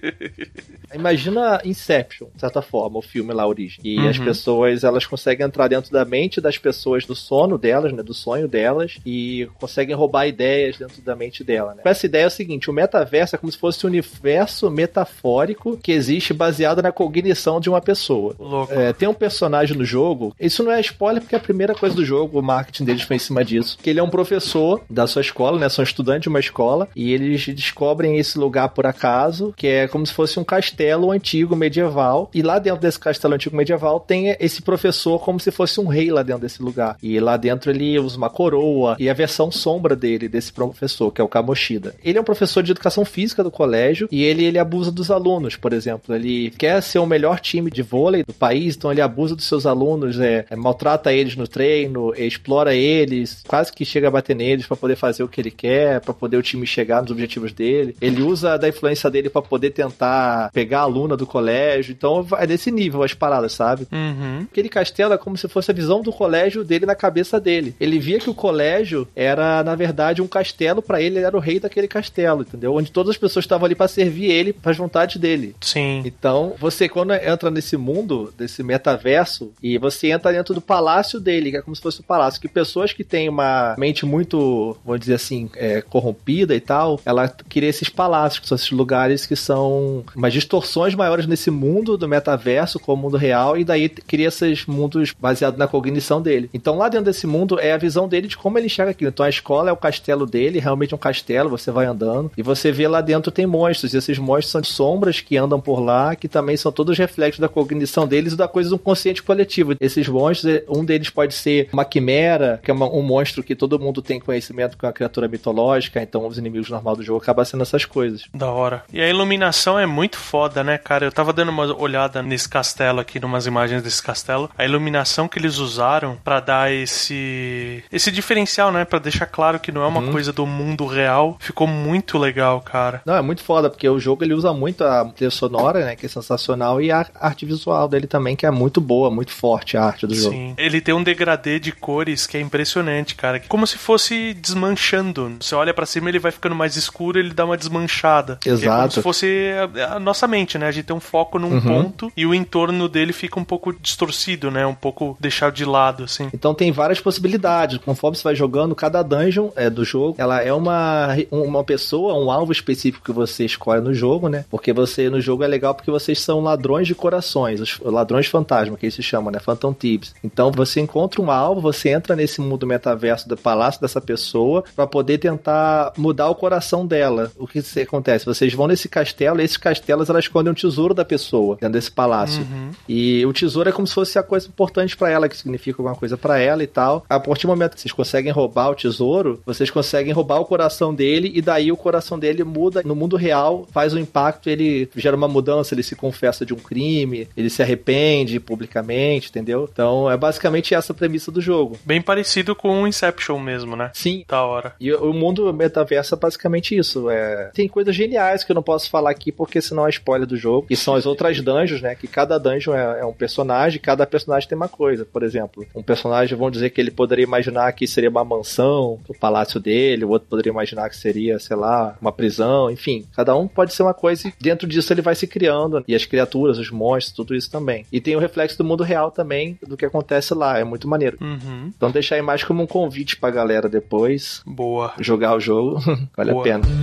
Imagina Inception, de certa forma, o filme lá, a Origem. E as pessoas, elas conseguem entrar dentro da mente das pessoas, do sono delas, né, do sonho delas, e conseguem roubar ideias dentro da mente dela, né? Essa ideia é o seguinte, o metaverso é como se fosse um universo metafórico que existe baseado na cognição de uma pessoa. Tem um personagem no jogo, isso não é spoiler porque é a primeira coisa do jogo, o marketing deles foi em cima disso, que ele é um professor da sua escola, né, são estudantes de uma escola, e eles descobrem esse lugar por acaso, que é como se fosse um castelo antigo medieval, e lá dentro desse castelo antigo medieval tem esse professor como se fosse um rei lá dentro desse lugar, e lá dentro ele usa uma coroa, e a versão sombra dele, desse professor, que é o Kamoshida. Ele é um professor de educação física do colégio, e ele abusa dos alunos, por exemplo, ele quer ser o melhor time de vôlei do país, então ele abusa dos seus alunos, maltrata eles no treino, explora eles, quase que chega a bater neles pra poder fazer o que ele quer, pra poder o time chegar nos objetivos dele. Ele usa da influência dele pra poder tentar pegar a aluna do colégio, então é desse nível as paradas, sabe? Aquele castelo é como se fosse a visão do colégio dele na cabeça dele. Ele via que o colégio era, na verdade, um castelo pra ele era o rei daquele castelo, entendeu? Onde todas as pessoas estavam ali pra servir ele, pras vontades dele. Sim. Então, você quando entra nesse mundo, desse metaverso, e você entra dentro do palácio dele, que é como se fosse um palácio, que pessoas que têm uma mente muito, vamos dizer assim, corrompida e tal, ela cria esses palácios, que são esses lugares que são umas distorções maiores nesse mundo do metaverso com o mundo real, e daí cria esses mundos baseados na cognição dele. Então lá dentro desse mundo é a visão dele de como ele enxerga aquilo. Então a escola é o castelo dele, realmente é um castelo, você vai andando, e você vê lá dentro tem monstros, e esses monstros são sombras que andam por lá, que também são todos reflexos da cognição deles e da coisa do consciente coletivo. Esses monstros, um deles pode ser uma quimera, que é um monstro que todo mundo tem conhecimento que é uma criatura mitológica, então os inimigos normais do jogo acabam sendo essas coisas. Da hora. E a iluminação é muito foda, né, cara? Eu tava dando uma olhada nesse castelo aqui, numas imagens desse castelo. A iluminação que eles usaram pra dar esse diferencial, né? Pra deixar claro que não é uma coisa do mundo real. Ficou muito legal, cara. Não, é muito foda, porque o jogo ele usa muito a trilha sonora, né? Que é sensacional, e a arte visual dele também, que é muito boa, muito forte a arte do jogo. Sim. Ele tem um degradê de cores que é impressionante, cara. Como se fosse desmanchando. Você olha pra cima, ele vai ficando mais escuro, ele dá uma desmanchada. Exato. É como se fosse a nossa mente, né? A gente tem um foco num ponto e o entorno dele fica um pouco distorcido, né? Um pouco deixado de lado, assim. Então tem várias possibilidades. Conforme você vai jogando, cada dungeon do jogo, ela é uma pessoa, um alvo específico que você escolhe no jogo, né? Porque você, no jogo é legal porque vocês são ladrões de corações, os ladrões fantasma, que eles se chamam, né? Phantom Thieves. Então você encontra um alvo, você entra nesse mundo metaverso do palácio dessa pessoa pra poder tentar mudar o coração dela. O que acontece? Vocês vão nesse castelo e esses castelos, elas escondem um tesouro da pessoa dentro desse palácio. E o tesouro é como se fosse a coisa importante pra ela, que significa alguma coisa pra ela e tal. A partir do momento que vocês conseguem roubar o tesouro, vocês conseguem roubar o coração dele, e daí o coração dele muda no mundo real, faz um impacto, ele gera uma mudança, ele se confessa de um crime, ele se arrepende publicamente, entendeu? Então é basicamente essa a premissa do jogo. Bem parecido com o Inception mesmo, né? Sim. Da hora. E o mundo metaverso é basicamente isso. Tem coisas geniais que eu não posso falar aqui porque senão é spoiler do jogo, que são as outras dungeons, né? Que cada dungeon é um personagem, cada personagem tem uma coisa. Por exemplo, um personagem, vamos dizer que ele poderia imaginar que seria uma mansão, o palácio dele, o outro poderia imaginar que seria, sei lá, uma prisão, enfim. Cada um pode ser uma coisa e dentro disso ele vai se criando. E as criaturas, os monstros, tudo isso também. E tem o reflexo do mundo real também, do que acontece lá. É muito maneiro. Então deixar aí mais como um convite pra galera depois. Boa. Jogar o jogo. Vale a pena.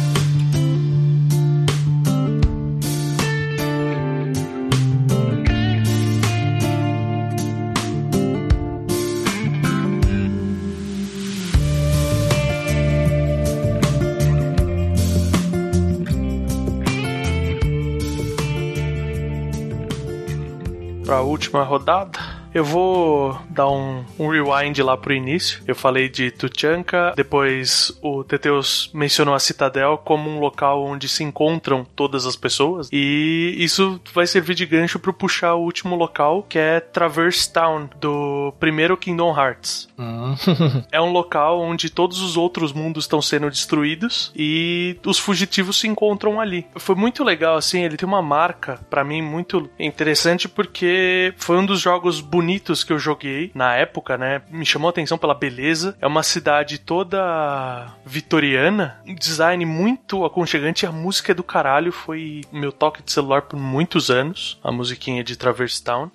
Para a última rodada, eu vou dar um rewind lá pro início. Eu falei de Tuchanka, depois o Teteus mencionou a Citadel como um local onde se encontram todas as pessoas, e isso vai servir de gancho para puxar o último local, que é Traverse Town, do primeiro Kingdom Hearts. É um local onde todos os outros mundos estão sendo destruídos e os fugitivos se encontram ali. Foi muito legal, assim, ele tem uma marca, pra mim, muito interessante, porque foi um dos jogos bonitos bonitos que eu joguei na época, né? Me chamou a atenção pela beleza. É uma cidade toda vitoriana, um design muito aconchegante, e a música é do caralho. Foi meu toque de celular por muitos anos, a musiquinha de Traverse Town.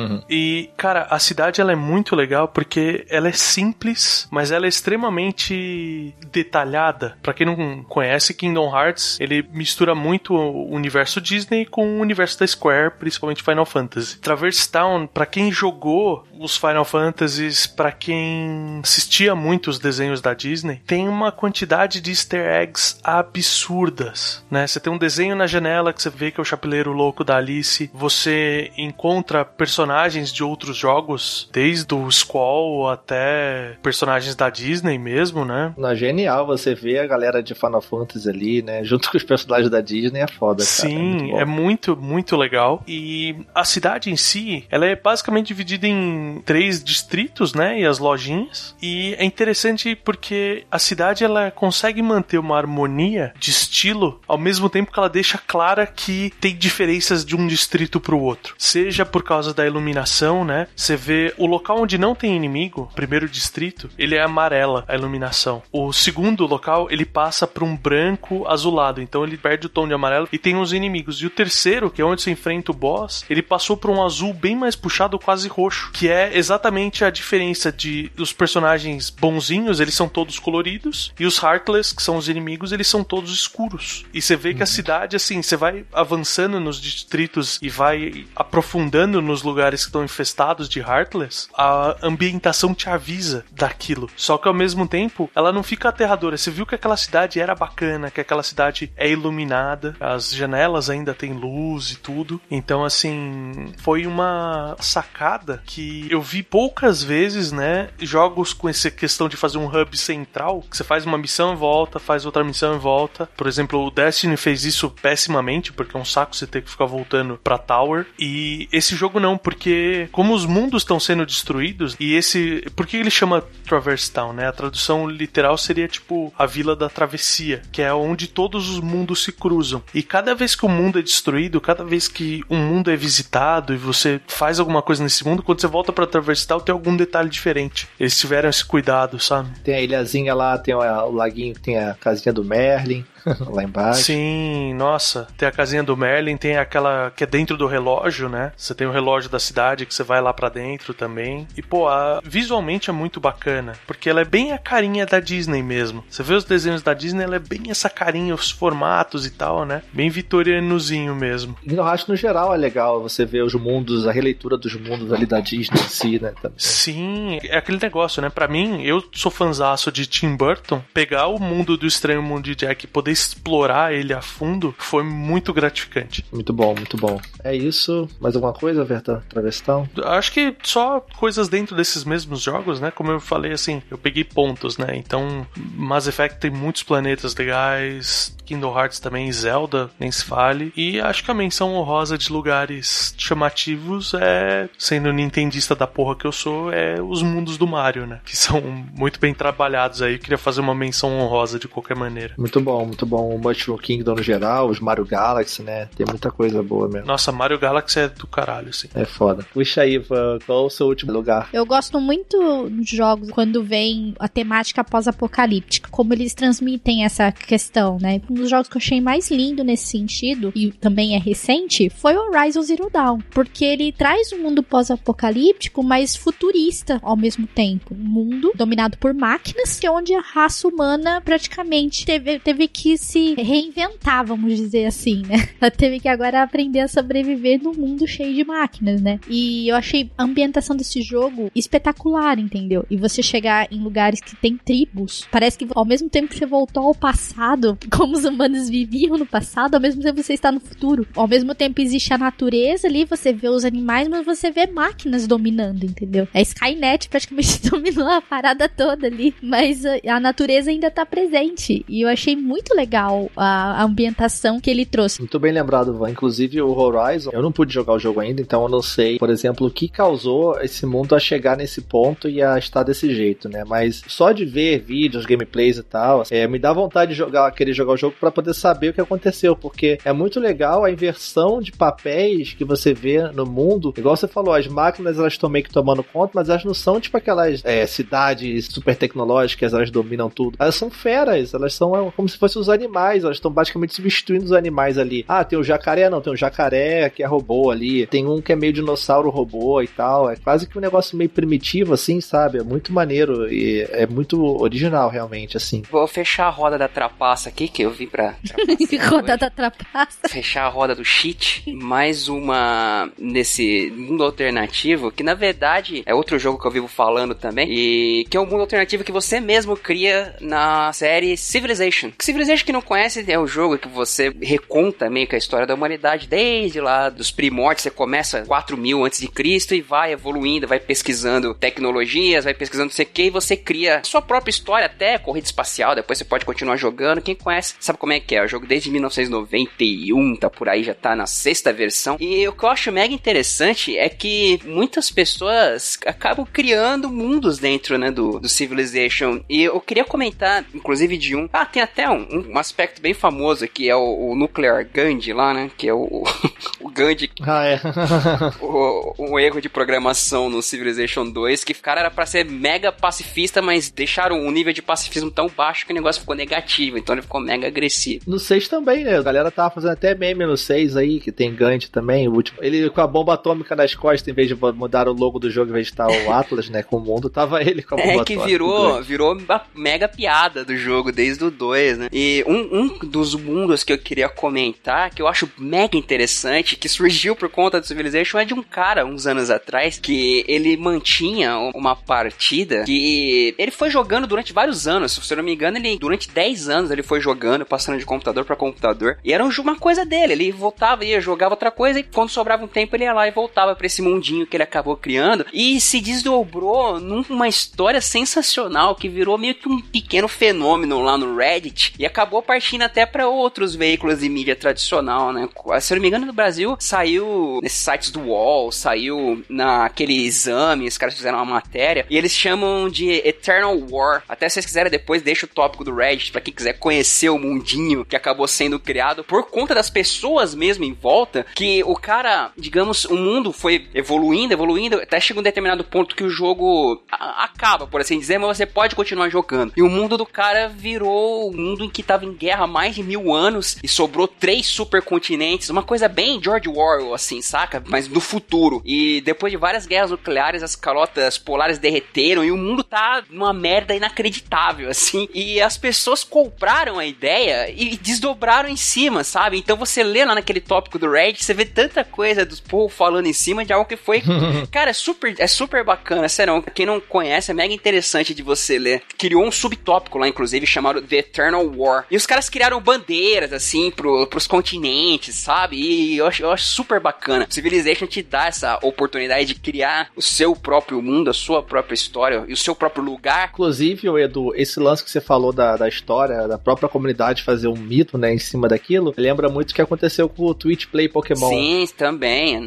E, cara, a cidade ela é muito legal porque ela é simples, mas ela é extremamente detalhada. Pra quem não conhece, Kingdom Hearts, ele mistura muito o universo Disney com o universo da Square, principalmente Final Fantasy. Traverse Town, pra quem jogou os Final Fantasies, pra quem assistia muito os desenhos da Disney, tem uma quantidade de easter eggs absurdas, né? Você tem um desenho na janela que você vê que é o Chapeleiro Louco da Alice, você encontra personagens de outros jogos, desde o Squall até personagens da Disney mesmo, né? Não, genial você ver a galera de Final Fantasy ali, né? Junto com os personagens da Disney, é foda, cara. Sim, é muito, muito legal. E a cidade em si, ela é basicamente dividida em 3 distritos, né? E as lojinhas. E é interessante porque a cidade, ela consegue manter uma harmonia de estilo, ao mesmo tempo que ela deixa clara que tem diferenças de um distrito pro outro. Seja por causa da iluminação, né? Você vê o local onde não tem inimigo, o primeiro distrito, ele é amarela, a iluminação. O segundo local, ele passa pra um branco azulado, então ele perde o tom de amarelo e tem os inimigos. E o terceiro, que é onde você enfrenta o boss, ele passou pra um azul bem mais puxado, quase roxo, que é exatamente a diferença dos personagens bonzinhos, eles são todos coloridos, e os Heartless, que são os inimigos, eles são todos escuros. E você vê que a cidade, assim, você vai avançando nos distritos e vai aprofundando nos lugares que estão infestados de Heartless, a ambientação te avisa daquilo. Só que ao mesmo tempo, ela não fica aterradora. Você viu que aquela cidade era bacana, que aquela cidade é iluminada, as janelas ainda tem luz e tudo. Então, assim, foi uma sacada que eu vi poucas vezes, né? Jogos com essa questão de fazer um hub central, que você faz uma missão e volta, faz outra missão e volta. Por exemplo, o Destiny fez isso pessimamente, porque é um saco você ter que ficar voltando pra Tower. E esse jogo não, porque como os mundos estão sendo destruídos, e esse... Por que ele chama Traverse Town, né? A tradução literal seria tipo a Vila da Travessia, que é onde todos os mundos se cruzam. E cada vez que o mundo é destruído, cada vez que um mundo é visitado e você faz alguma coisa nesse mundo, quando você volta pra Traverse Town tem algum detalhe diferente. Eles tiveram esse cuidado, sabe? Tem a ilhazinha lá, tem o laguinho que tem a casinha do Merlin lá embaixo. Sim, nossa, tem a casinha do Merlin, tem aquela que é dentro do relógio, né? Você tem o relógio da cidade que você vai lá pra dentro também. E pô, visualmente é muito bacana, porque ela é bem a carinha da Disney mesmo. Você vê os desenhos da Disney, ela é bem essa carinha, os formatos e tal, né? Bem vitorianozinho mesmo. E eu acho que no geral é legal você ver os mundos, a releitura dos mundos ali da Disney em si, né? Também. Sim, é aquele negócio, né? Pra mim, eu sou fãzaço de Tim Burton, pegar o mundo do Estranho Mundo de Jack e poder explorar ele a fundo foi muito gratificante. Muito bom, muito bom. É isso. Mais alguma coisa, Verta? Travestão? Acho que só coisas dentro desses mesmos jogos, né? Como eu falei, assim, eu peguei pontos, né? Então, Mass Effect tem muitos planetas legais, Kingdom Hearts também, Zelda, nem se fale. E acho que a menção honrosa de lugares chamativos é, sendo nintendista da porra que eu sou, é os mundos do Mario, né? Que são muito bem trabalhados aí. Eu queria fazer uma menção honrosa de qualquer maneira. Muito bom, muito bom. O Mushroom Kingdom no geral, os Mario Galaxy, né? Tem muita coisa boa mesmo. Nossa, Mario Galaxy é do caralho, assim. É foda. Puxa aí, qual é o seu último lugar? Eu gosto muito de jogos quando vem a temática pós-apocalíptica, como eles transmitem essa questão, né? Um dos jogos que eu achei mais lindo nesse sentido, e também é recente, foi o Horizon Zero Dawn, porque ele traz um mundo pós-apocalíptico, mas futurista ao mesmo tempo. Um mundo dominado por máquinas, que é onde a raça humana praticamente teve que se reinventar, vamos dizer assim, né? Ela teve que agora aprender a sobreviver num mundo cheio de máquinas, né? E eu achei a ambientação desse jogo espetacular, entendeu? E você chegar em lugares que tem tribos, parece que ao mesmo tempo que você voltou ao passado, como os humanos viviam no passado, ao mesmo tempo você está no futuro. Ao mesmo tempo existe a natureza ali, você vê os animais, mas você vê máquinas dominando, entendeu? A Skynet praticamente dominou a parada toda ali, mas a natureza ainda tá presente. E eu achei muito legal legal a ambientação que ele trouxe. Muito bem lembrado, Van. Inclusive o Horizon, eu não pude jogar o jogo ainda, então eu não sei, por exemplo, o que causou esse mundo a chegar nesse ponto e a estar desse jeito, né? Mas só de ver vídeos, gameplays e tal, me dá vontade de querer jogar o jogo pra poder saber o que aconteceu, porque é muito legal a inversão de papéis que você vê no mundo. Igual você falou, as máquinas elas estão meio que tomando conta, mas elas não são tipo aquelas cidades super tecnológicas, elas dominam tudo. Elas são feras, elas são como se fossem os animais, elas estão basicamente substituindo os animais ali. Ah, tem o jacaré, não, tem um jacaré que é robô ali, tem um que é meio dinossauro robô e tal, é quase que um negócio meio primitivo assim, sabe? É muito maneiro e é muito original realmente, assim. Vou fechar a roda da trapaça aqui, que eu vim pra roda da trapaça. Fechar a roda do cheat, mais uma nesse mundo alternativo, que na verdade é outro jogo que eu vivo falando também, e que é um mundo alternativo que você mesmo cria na série Civilization. Civilization, que não conhece, é o jogo que você reconta meio que a história da humanidade, desde lá dos primórdios, você começa 4000 a.C. e vai evoluindo, vai pesquisando tecnologias, vai pesquisando não sei o que, e você cria a sua própria história, até corrida espacial, depois você pode continuar jogando. Quem conhece sabe como é que é, o jogo desde 1991, tá por aí, já tá na 6ª versão, e o que eu acho mega interessante é que muitas pessoas acabam criando mundos dentro, né, do Civilization, e eu queria comentar, inclusive de tem até um aspecto bem famoso, que é o Nuclear Gandhi lá, né, que é o Gandhi, um erro de programação no Civilization 2, que o cara era pra ser mega pacifista, mas deixaram um nível de pacifismo tão baixo que o negócio ficou negativo, então ele ficou mega agressivo. No 6 também, né, a galera tava fazendo até meme no 6 aí, que tem Gandhi também, o último, ele com a bomba atômica nas costas, em vez de mudar o logo do jogo, em vez de estar o Atlas, né, com o mundo, tava ele com a bomba atômica. Que virou uma mega piada do jogo, desde o 2, né, e um dos mundos que eu queria comentar, que eu acho mega interessante, que surgiu por conta do Civilization, é de um cara, uns anos atrás, que ele mantinha uma partida que ele foi jogando durante vários anos, se eu não me engano, durante 10 anos ele foi jogando, passando de computador pra computador, e era uma coisa dele, ele voltava, ia, jogava outra coisa, e quando sobrava um tempo ele ia lá e voltava pra esse mundinho que ele acabou criando, e se desdobrou numa história sensacional, que virou meio que um pequeno fenômeno lá no Reddit, e acabou partindo até pra outros veículos de mídia tradicional, né, se eu não me engano no Brasil, saiu nesses sites do UOL, saiu naquele exame, os caras fizeram uma matéria, e eles chamam de Eternal War, até se vocês quiserem depois deixa o tópico do Reddit, pra quem quiser conhecer o mundinho que acabou sendo criado por conta das pessoas mesmo em volta, que o cara, digamos, o mundo foi evoluindo, até chega um determinado ponto que o jogo acaba, por assim dizer, mas você pode continuar jogando, e o mundo do cara virou um mundo em que tava em guerra há mais de 1000 anos, e sobrou 3 supercontinentes, uma coisa bem George Orwell, assim, saca? Mas no futuro, e depois de várias guerras nucleares, as calotas polares derreteram, e o mundo tá numa merda inacreditável, assim, e as pessoas compraram a ideia e desdobraram em cima, sabe? Então você lê lá naquele tópico do Reddit, você vê tanta coisa dos povos falando em cima de algo que foi, cara, é super bacana, sério, quem não conhece, é mega interessante de você ler. Criou um subtópico lá, inclusive, chamado The Eternal War, e os caras criaram bandeiras, assim, pros continentes, sabe? E eu acho super bacana. Civilization te dá essa oportunidade de criar o seu próprio mundo, a sua própria história e o seu próprio lugar. Inclusive, Edu, esse lance que você falou da história, da própria comunidade fazer um mito, né, em cima daquilo, lembra muito o que aconteceu com o Twitch Play Pokémon. Sim, também.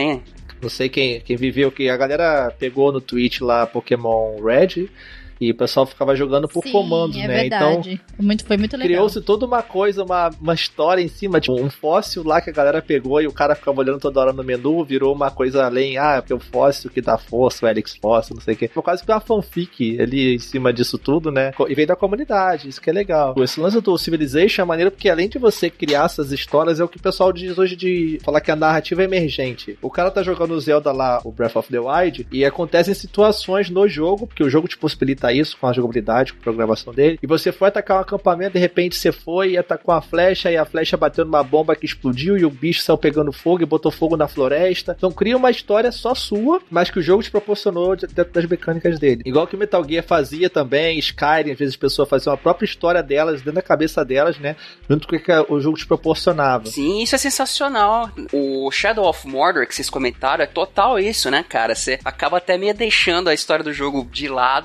Não sei quem viveu, que a galera pegou no Twitch lá Pokémon Red, e o pessoal ficava jogando por comandos, né? Verdade. Então, foi muito legal. Criou-se toda uma coisa, uma história em cima, tipo, um fóssil lá que a galera pegou e o cara ficava olhando toda hora no menu, virou uma coisa além, porque o fóssil que dá força, o Helix Fóssil, não sei o que. Foi quase que uma fanfic ali em cima disso tudo, né? E veio da comunidade, isso que é legal. Esse lance do Civilization é maneiro porque além de você criar essas histórias, é o que o pessoal diz hoje de falar que a narrativa é emergente. O cara tá jogando o Zelda lá, o Breath of the Wild, e acontecem situações no jogo, porque o jogo te possibilita isso com a jogabilidade, com a programação dele, e você foi atacar um acampamento, de repente você foi e atacou uma flecha, e a flecha bateu numa bomba que explodiu, e o bicho saiu pegando fogo e botou fogo na floresta. Então cria uma história só sua, mas que o jogo te proporcionou dentro das mecânicas dele. Igual que o Metal Gear fazia também, Skyrim, às vezes as pessoas faziam a própria história delas, dentro da cabeça delas, né, junto com o que o jogo te proporcionava. Sim, isso é sensacional. O Shadow of Mordor que vocês comentaram é total isso, né, cara? Você acaba até meio deixando a história do jogo de lado pra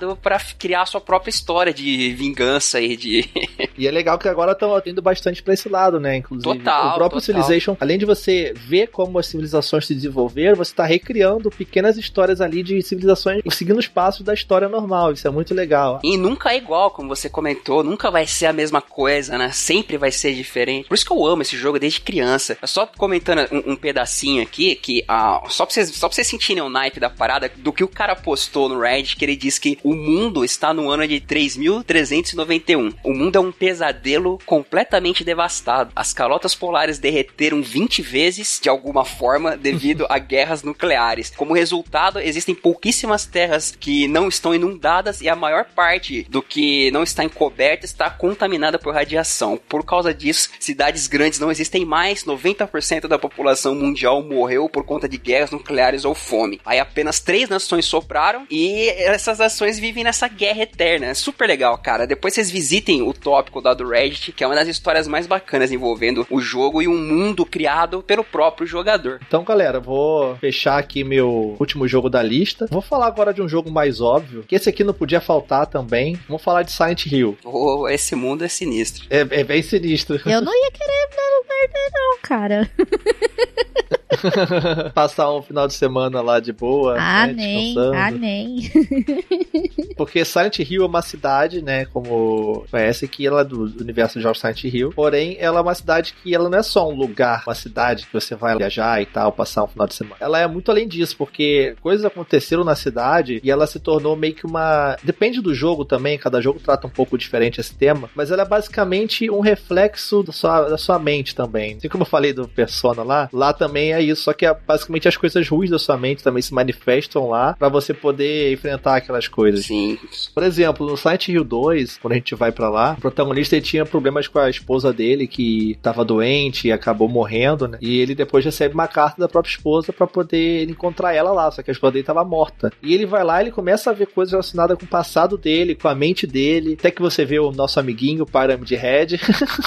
criar a sua própria história de vingança e de... E é legal que agora estão indo bastante pra esse lado, né? Inclusive, Total, o próprio Civilization, além de você ver como as civilizações se desenvolveram, você tá recriando pequenas histórias ali de civilizações seguindo os passos da história normal. Isso é muito legal. E nunca é igual, como você comentou, nunca vai ser a mesma coisa, né? Sempre vai ser diferente. Por isso que eu amo esse jogo desde criança. Só comentando um pedacinho aqui, que só pra vocês sentirem o naipe da parada, do que o cara postou no Reddit, que ele diz que o mundo está no ano de 3.391. O mundo é um pesadelo completamente devastado. As calotas polares derreteram 20 vezes, de alguma forma, devido a guerras nucleares. Como resultado, existem pouquíssimas terras que não estão inundadas e a maior parte do que não está encoberta está contaminada por radiação. Por causa disso, cidades grandes não existem mais, 90% da população mundial morreu por conta de guerras nucleares ou fome. Aí apenas 3 nações sopraram e essas nações vivem nessa guerra eterna. É super legal, cara. Depois vocês visitem o tópico da do Reddit, que é uma das histórias mais bacanas envolvendo o jogo e um mundo criado pelo próprio jogador. Então, galera, vou fechar aqui meu último jogo da lista. Vou falar agora de um jogo mais óbvio, que esse aqui não podia faltar também. Vamos falar de Silent Hill. Esse mundo é sinistro. É bem sinistro. Eu não ia querer perder não, cara. Passar um final de semana lá de boa, né, descansando. Nem. Porque Silent Hill é uma cidade, né, como conhece, que ela é do universo de jogos Silent Hill, porém ela é uma cidade que ela não é só um lugar, uma cidade que você vai viajar e tal, passar um final de semana. Ela é muito além disso, porque coisas aconteceram na cidade e ela se tornou meio que uma... Depende do jogo também, cada jogo trata um pouco diferente esse tema, mas ela é basicamente um reflexo da sua mente também. Assim como eu falei do Persona lá também é isso, só que basicamente as coisas ruins da sua mente também se manifestam lá pra você poder enfrentar aquelas coisas. Sim. Por exemplo, no Silent Hill 2, quando a gente vai pra lá, o protagonista ele tinha problemas com a esposa dele, que tava doente e acabou morrendo, né? E ele depois recebe uma carta da própria esposa pra poder encontrar ela lá, só que a esposa dele tava morta. E ele vai lá e ele começa a ver coisas relacionadas com o passado dele, com a mente dele, até que você vê o nosso amiguinho, o Pyramid Head.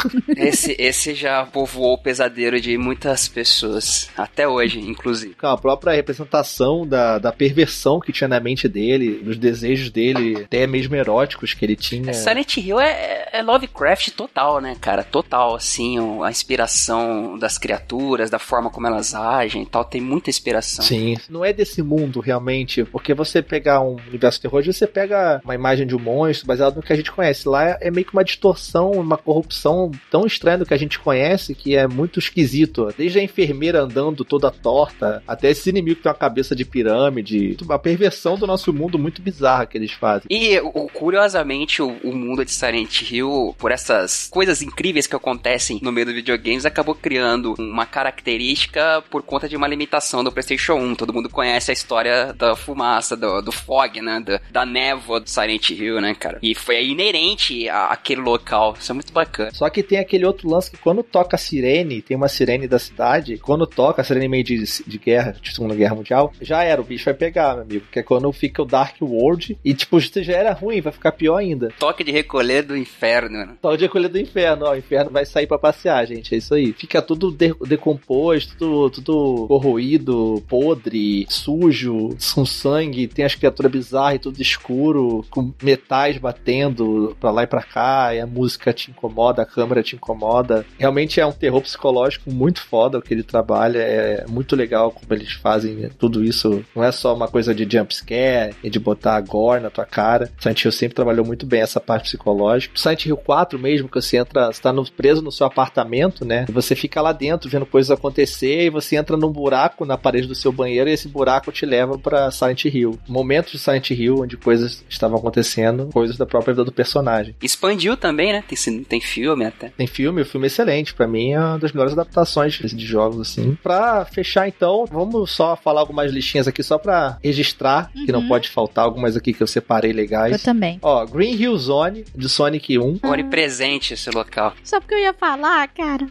Esse já povoou o pesadelo de muitas pessoas, até hoje, inclusive. Com a própria representação da perversão que tinha na mente dele, dos desejos dele, até mesmo eróticos que ele tinha. Silent Hill é Lovecraft total, né, cara? Total, assim, a inspiração das criaturas, da forma como elas agem e tal, tem muita inspiração. Sim, não é desse mundo realmente, porque você pegar um universo de terror, você pega uma imagem de um monstro baseado no que a gente conhece. Lá é meio que uma distorção, uma corrupção tão estranha do que a gente conhece, que é muito esquisito. Desde a enfermeira andando toda torta, até esse inimigo que tem uma cabeça de pirâmide, uma perversão do nosso mundo muito bizarra que eles fazem. E, curiosamente, o mundo de Silent Hill, por essas coisas incríveis que acontecem no meio dos videogames, acabou criando uma característica por conta de uma limitação do PlayStation 1. Todo mundo conhece a história da fumaça, do fog, né? Da névoa do Silent Hill, né, cara? E foi inerente àquele local. Isso é muito bacana. Só que tem aquele outro lance que quando toca a sirene, tem uma sirene da cidade, quando toca a sirene meio de guerra, de Segunda Guerra Mundial, já era, o bicho vai pegar, meu amigo. Que é quando fica o Dark World e, tipo, isso já era ruim, vai ficar pior ainda. Toque de recolher do inferno, né? Toque de recolher do inferno, ó. O inferno vai sair pra passear, gente. É isso aí. Fica tudo decomposto, tudo corroído, podre, sujo, com sangue, tem as criaturas bizarras e tudo escuro, com metais batendo pra lá e pra cá, e a música te incomoda, a câmera te incomoda. Realmente é um terror psicológico muito foda o que ele trabalha, é muito legal como eles fazem tudo isso. Não é só uma coisa de jumpscare e de botar gore na tua cara. Silent Hill sempre trabalhou muito bem essa parte psicológica. Silent Hill 4 mesmo, que você entra, você tá preso no seu apartamento, né? E você fica lá dentro vendo coisas acontecer e você entra num buraco na parede do seu banheiro e esse buraco te leva pra Silent Hill. Momentos de Silent Hill onde coisas estavam acontecendo, coisas da própria vida do personagem. Expandiu também, né? Tem filme até. Tem filme, o filme é excelente. Pra mim é uma das melhores adaptações de jogos, assim. Pra fechar, então, vamos só falar algumas listinhas aqui só pra registrar, que não pode faltar, algumas aqui que eu separei legais. Eu também. Ó, Green Hill Zone, de Sonic 1. Onipresente esse local. Só porque eu ia falar, cara.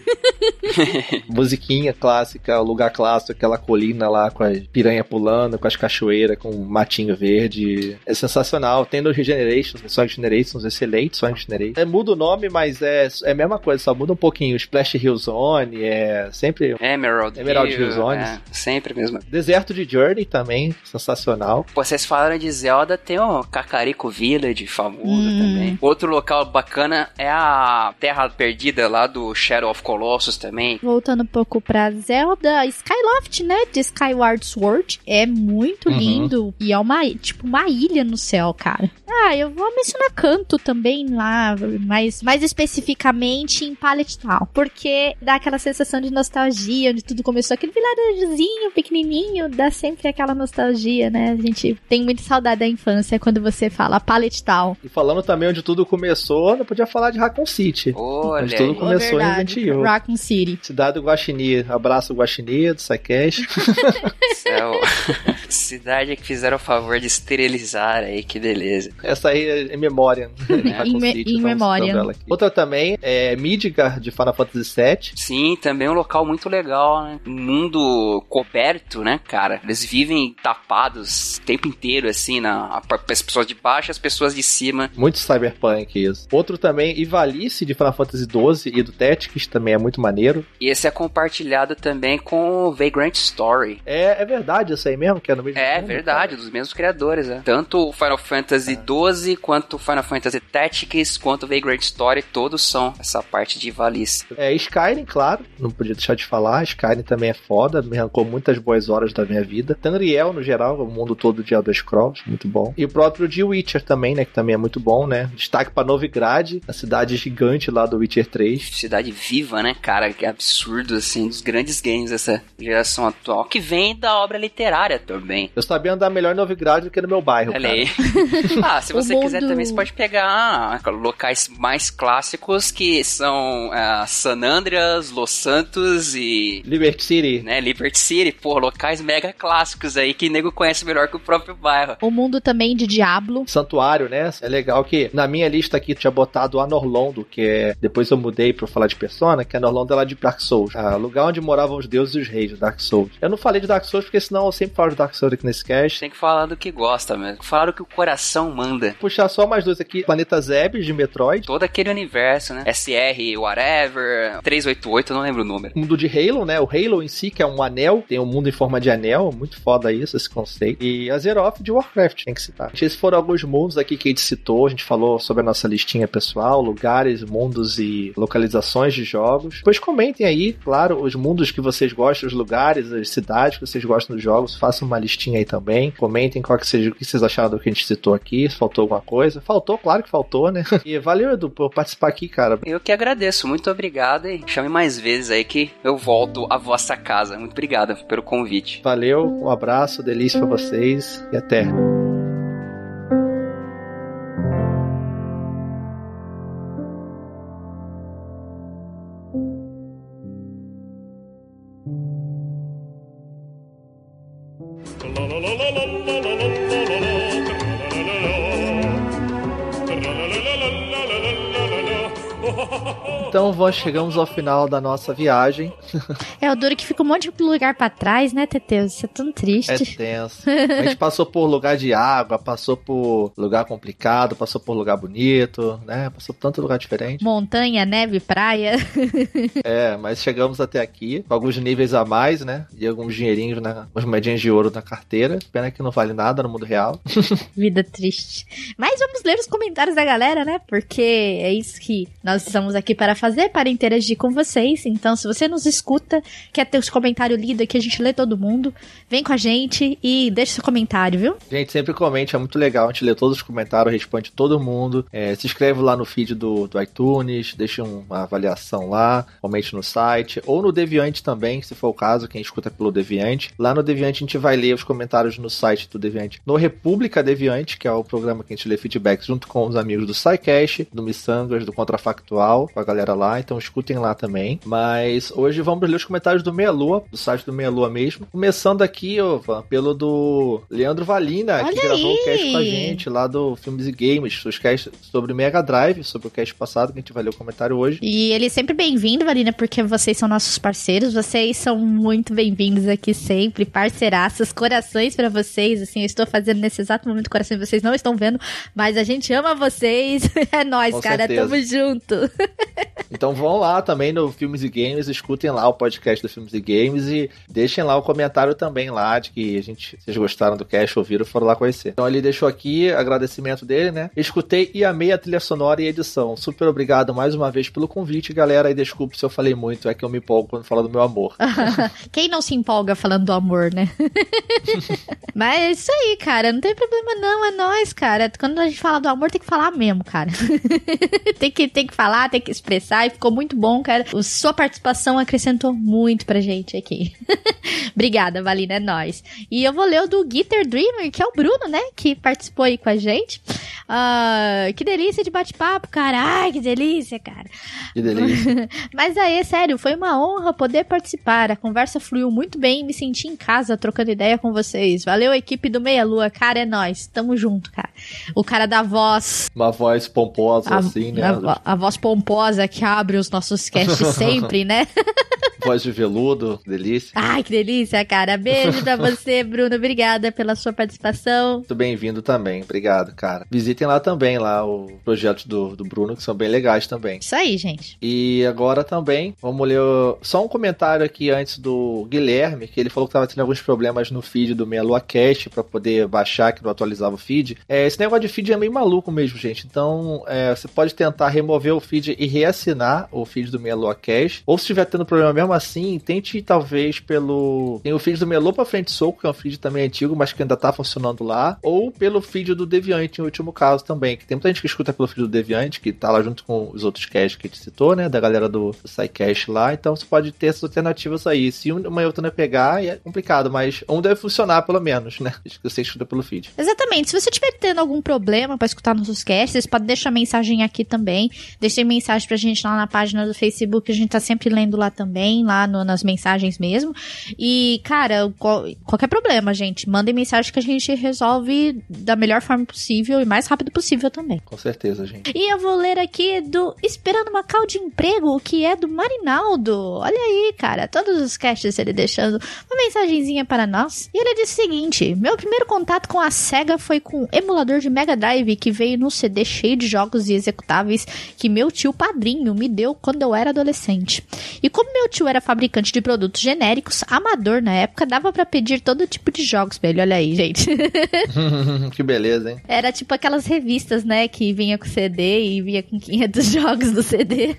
Musiquinha clássica, o lugar clássico, aquela colina lá com as piranha pulando, com as cachoeiras, com um matinho verde. É sensacional. Tem no Regenerations, Sonic Generations, excelente Sonic Generations. Muda o nome, mas é a mesma coisa, só muda um pouquinho. Splash Hill Zone, é sempre... Emerald Hill Zones. Sempre mesmo. Deserto de Journey também, sensacional. Pô, vocês falaram de Zelda, tem o Kakariko Village, famoso também. Outro local bacana é a Terra Perdida lá do Shadow of Colossus também. Voltando um pouco pra Zelda, Skyloft, né, de Skyward Sword, é muito lindo e é uma ilha no céu, cara. Eu vou mencionar Kanto também lá, mais especificamente em Pallet Town, porque dá aquela sensação de nostalgia, onde tudo começou, aquele vilarejozinho pequenininho, dá sempre aquela nostalgia, né? A gente tem muita saudade da infância quando você fala Pallet Town. E falando também onde tudo começou, não podia falar de Raccoon City. Olha, onde tudo começou em Resident Evil. Raccoon City. Cidade do Guaxinim. Abraço o Guaxinim do SciCast. Cidade que fizeram o favor de esterilizar aí, que beleza. Essa aí é em memória. Em memória. Outra também é Midgar, de Final Fantasy VII. Sim, também é um local muito legal, né? Um mundo coberto, né, cara? Eles vivem tapados o tempo inteiro, assim, as pessoas de baixo e as pessoas de cima. Muito cyberpunk isso. Outro também, Ivalice, de Final Fantasy XII e do Tactics, também é muito maneiro. E esse é compartilhado também com o Vagrant Story. É verdade isso aí mesmo, que é no mesmo mundo, verdade, cara. Dos mesmos criadores, né? Tanto o Final Fantasy XII, quanto o Final Fantasy Tactics, quanto o Vagrant Story, todos são essa parte de Ivalice. Skyrim, claro, não podia deixar de falar. Skyrim também é foda, me arrancou muitas boas horas da minha vida. Tamriel, no geral, o mundo todo de Elder Scrolls, muito bom. E o próprio The Witcher também, né, que também é muito bom, né? Destaque pra Novigrad, a cidade gigante lá do Witcher 3. Cidade viva, né, cara? Que absurdo, assim, dos grandes games dessa geração atual, que vem da obra literária também. Eu sabia andar melhor em Novigrad do que no meu bairro, olha aí. Se você quiser também, você pode pegar locais mais clássicos, que são San Andreas, Los Santos e... Liberty City. Né, Liberty City, pô, locais mega clássicos aí que o nego conhece melhor que o próprio bairro. O mundo também de Diablo. Santuário, né? É legal que na minha lista aqui tinha botado a Norlondo, que é... Depois eu mudei pra falar de Persona, que a Norlondo é lá de Dark Souls. Lugar onde moravam os deuses e os reis de Dark Souls. Eu não falei de Dark Souls porque senão eu sempre falo de Dark Souls aqui nesse cast. Tem que falar do que gosta mesmo. Falar do que o coração manda. Puxar só mais dois aqui. Planeta Zebes, de Metroid. Todo aquele universo, né? SR, whatever, 388, eu não lembro o número. O mundo de Halo, né? O Halo em si, que é um anel. Tem um mundo em forma de anel. Muito foda isso, esse conceito. E Azeroth de Warcraft, tem que citar. Esses foram alguns mundos aqui que a gente citou. A gente falou sobre a nossa listinha pessoal. Lugares, mundos e localizações de jogos. Depois comentem aí, claro, os mundos que vocês gostam, os lugares, as cidades que vocês gostam dos jogos. Façam uma listinha aí também. Comentem o que vocês acharam do que a gente citou aqui. Se faltou alguma coisa. Faltou, claro que faltou, né? E valeu, Edu, por participar aqui, cara. Eu que agradeço. Muito obrigado e chame mais vezes aí que eu volto à vossa casa. Muito obrigado pelo convite. Valeu, um abraço, delícia pra vocês e até. Então chegamos ao final da nossa viagem. É o duro que fica um monte de lugar pra trás, né, Teteu? Isso é tão triste. É tenso. A gente passou por lugar de água, passou por lugar complicado, passou por lugar bonito, né? Passou por tanto lugar diferente. Montanha, neve, praia. Mas chegamos até aqui, com alguns níveis a mais, né? E alguns dinheirinhos, umas moedinhas de ouro na carteira. Pena que não vale nada no mundo real. Vida triste. Mas vamos ler os comentários da galera, né? Porque é isso que nós estamos aqui para fazer, para interagir com vocês. Então, se você nos escuta, quer ter os comentários lidos aqui, a gente lê todo mundo, vem com a gente e deixa seu comentário, viu? Gente, sempre comente, é muito legal. A gente lê todos os comentários, responde todo mundo. Se inscreve lá no feed do iTunes, deixa uma avaliação lá, comente no site, ou no Deviante também, se for o caso, quem escuta pelo Deviante. Lá no Deviante a gente vai ler os comentários no site do Deviante, no República Deviante, que é o programa que a gente lê feedbacks junto com os amigos do SciCast, do Missangas, do Contrafactual, com a galera lá, então escutem lá também. Mas hoje vamos ler os comentários do Meia Lua, do site do Meia Lua mesmo. Começando aqui, pelo do Leandro Valina, que gravou o cast com a gente, lá do Filmes e Games, os casts sobre Mega Drive, sobre o cast passado, que a gente vai ler o comentário hoje. E ele é sempre bem-vindo, Valina, porque vocês são nossos parceiros, vocês são muito bem-vindos aqui sempre, parceiraços, corações pra vocês, assim, eu estou fazendo nesse exato momento coração, vocês não estão vendo, mas a gente ama vocês, é nóis, com cara, certeza. Tamo junto. Então vão lá também no Filmes e Games, escutem lá o podcast do Filmes e Games e deixem lá o comentário também lá de que vocês gostaram do cast, ouviram, foram lá conhecer. Então ele deixou aqui agradecimento dele, né? Escutei e amei a trilha sonora e a edição. Super obrigado mais uma vez pelo convite, galera. E desculpe se eu falei muito, é que eu me empolgo quando falo do meu amor. Quem não se empolga falando do amor, né? Mas é isso aí, cara. Não tem problema não, é nóis, cara. Quando a gente fala do amor, tem que falar mesmo, cara. tem que falar, tem que expressar. E ficou muito bom, cara. Sua participação acrescentou muito pra gente aqui. Obrigada, Valina, é nóis. E eu vou ler o do Guitar Dreamer, que é o Bruno, né? Que participou aí com a gente. Que delícia de bate-papo, cara. Ai, que delícia, cara. Que delícia. Mas aí, sério, foi uma honra poder participar. A conversa fluiu muito bem e me senti em casa trocando ideia com vocês. Valeu, equipe do Meia Lua. Cara, é nóis. Tamo junto, cara. O cara da voz. Uma voz pomposa, assim, né? A voz pomposa que abre os nossos casts sempre, né? Voz de veludo, delícia. Ai, que delícia, cara. Beijo pra você, Bruno. Obrigada pela sua participação. Muito bem-vindo também. Obrigado, cara. Visitem lá também, lá o projeto do Bruno, que são bem legais também. Isso aí, gente. E agora também, vamos ler só um comentário aqui antes do Guilherme, que ele falou que tava tendo alguns problemas no feed do Meia Lua Cast pra poder baixar, que não atualizava o feed. Esse negócio de feed é meio maluco mesmo, gente. Então, você pode tentar remover o feed e reassinar o feed do Meia Lua Cast. Ou se estiver tendo problema mesmo assim, tente talvez pelo... Tem o feed do Meia Lua pra Frente Soco, que é um feed também antigo, mas que ainda tá funcionando lá. Ou pelo feed do Deviant, em último caso também, que tem muita gente que escuta pelo feed do Deviant, que tá lá junto com os outros casts que a gente citou, né, da galera do SciCast lá. Então você pode ter essas alternativas aí. Se uma e outra não pegar, é complicado, mas um deve funcionar pelo menos, né, que você escuta pelo feed. Exatamente. Se você estiver tendo algum problema pra escutar nossos casts, vocês podem deixar mensagem aqui também. Deixem mensagem pra gente lá na página do Facebook, a gente tá sempre lendo lá também, lá nas mensagens mesmo. E, cara, qualquer problema, gente, mandem mensagem que a gente resolve da melhor forma possível e mais rápido possível também. Com certeza, gente. E eu vou ler aqui do Esperando uma Call de Emprego, que é do Marinaldo. Olha aí, cara, todos os casts ele deixando uma mensagenzinha para nós. E ele diz o seguinte: meu primeiro contato com a SEGA foi com um emulador de Mega Drive que veio num CD cheio de jogos e executáveis que meu tio padrinho me deu quando eu era adolescente. E como meu tio era fabricante de produtos genéricos, amador na época, dava pra pedir todo tipo de jogos pra ele. Olha aí, gente. Que beleza, hein? Era tipo aquelas revistas, né, que vinha com CD e vinha com 500 jogos do CD.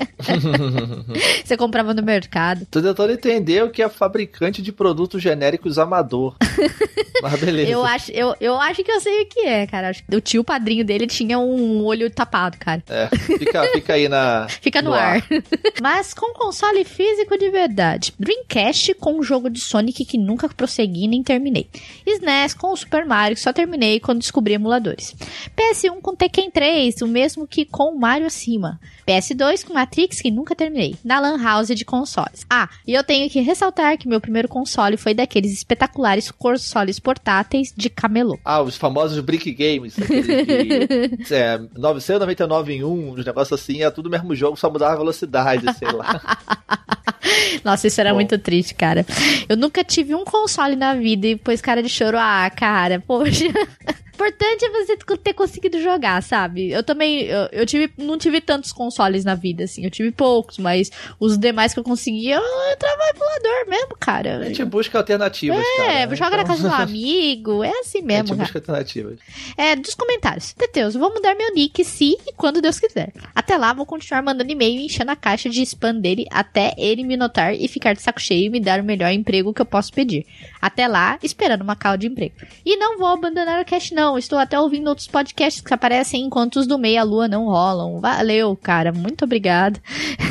Você comprava no mercado. Tô tentando entender o que é fabricante de produtos genéricos amador. Mas beleza. Eu acho que eu sei o que é, cara. O tio padrinho dele tinha um olho tapado, cara. Fica aí Fica no ar. Mas com console físico de verdade. Dreamcast com um jogo de Sonic que nunca prossegui nem terminei. SNES com o Super Mario que só terminei quando descobri emuladores. PS1 com Tekken 3, o mesmo que com o Mario acima. PS2 com Matrix que nunca terminei. Na Lan House de consoles. E eu tenho que ressaltar que meu primeiro console foi daqueles espetaculares consoles portáteis de camelô. Os famosos Brick Games. Aqueles de 999 em 1, os negócios assim, é tudo o mesmo jogo, só mudava a velocidade, sei lá. Nossa, isso era muito triste, cara. Eu nunca tive um console na vida e pôs cara de choro. Cara, poxa. Importante é você ter conseguido jogar, sabe? Eu também, não tive tantos consoles na vida, assim. Eu tive poucos, mas os demais que eu consegui, eu entrava no emulador mesmo, cara. A gente busca alternativas, cara. Joga na casa do amigo, é assim mesmo, cara. A gente busca alternativas. Dos comentários. Teteus, vou mudar meu nick se e quando Deus quiser. Até lá, vou continuar mandando e-mail e enchendo a caixa de spam dele até ele me notar e ficar de saco cheio e me dar o melhor emprego que eu posso pedir. Até lá, esperando uma call de emprego. E não vou abandonar o cast, não. Estou até ouvindo outros podcasts que aparecem enquanto os do Meia Lua não rolam. Valeu, cara. Muito obrigado.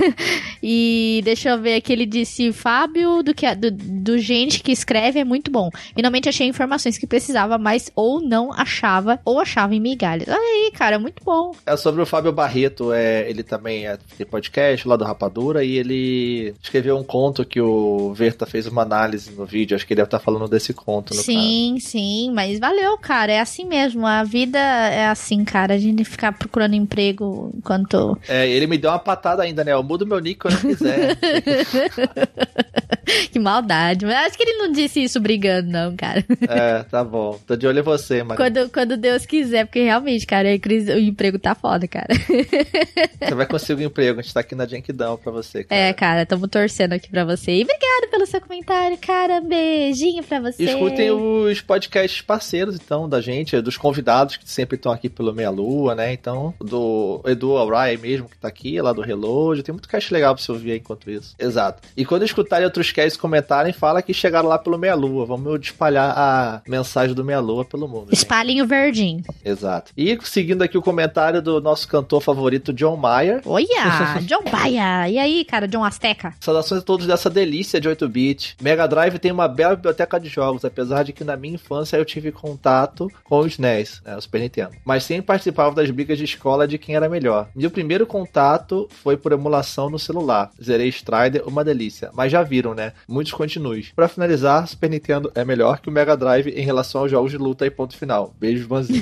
E deixa eu ver aqui, ele disse: Fábio, do gente que escreve é muito bom. Finalmente achei informações que precisava, mas ou não achava, ou achava em migalhas. Olha aí, cara, muito bom. É sobre o Fábio Barreto. Ele também tem podcast lá do Rapadura e ele escreveu um conto que o Verta fez uma análise no vídeo. Acho que ele deve estar falando desse conto, no caso. Sim, mas valeu, cara. É assim mesmo. A vida é assim, cara. A gente ficar procurando emprego enquanto... Ele me deu uma patada ainda, né? Eu mudo meu nick quando eu quiser. Que maldade. Mas acho que ele não disse isso brigando, não, cara. É, tá bom. Tô de olho em você, mano. Quando Deus quiser, porque realmente, cara, o emprego tá foda, cara. Você vai conseguir um emprego, a gente tá aqui na Genkidama pra você, cara. É, cara, tamo torcendo aqui pra você. E obrigado pelo seu comentário, cara. Beijinho pra você. Escutem os podcasts parceiros, então, da gente, dos convidados que sempre estão aqui pelo Meia Lua, né? Então, do Edu Alray mesmo, que tá aqui, lá do Reload. Tem muito cast legal pra você ouvir aí enquanto isso. Exato. E quando escutarem outros casts comentarem, fala que chegaram lá pelo Meia Lua. Vamos espalhar a mensagem do Meia Lua pelo mundo. Espalhem o verdinho. Exato. E seguindo aqui o comentário do nosso cantor favorito, John Mayer. Olha, John Mayer. E aí, cara, John Azteca? Saudações a todos dessa delícia de 8-bit. Mega Drive tem uma bela biblioteca de jogos, apesar de que na minha infância eu tive contato com os NES, o Super Nintendo. Mas sempre participava das brigas de escola de quem era melhor. Meu primeiro contato foi por emulação no celular. Zerei Strider, uma delícia. Mas já viram, né? Muitos continues. Pra finalizar, Super Nintendo é melhor que o Mega Drive em relação aos jogos de luta e ponto final. Beijos, Banzinho.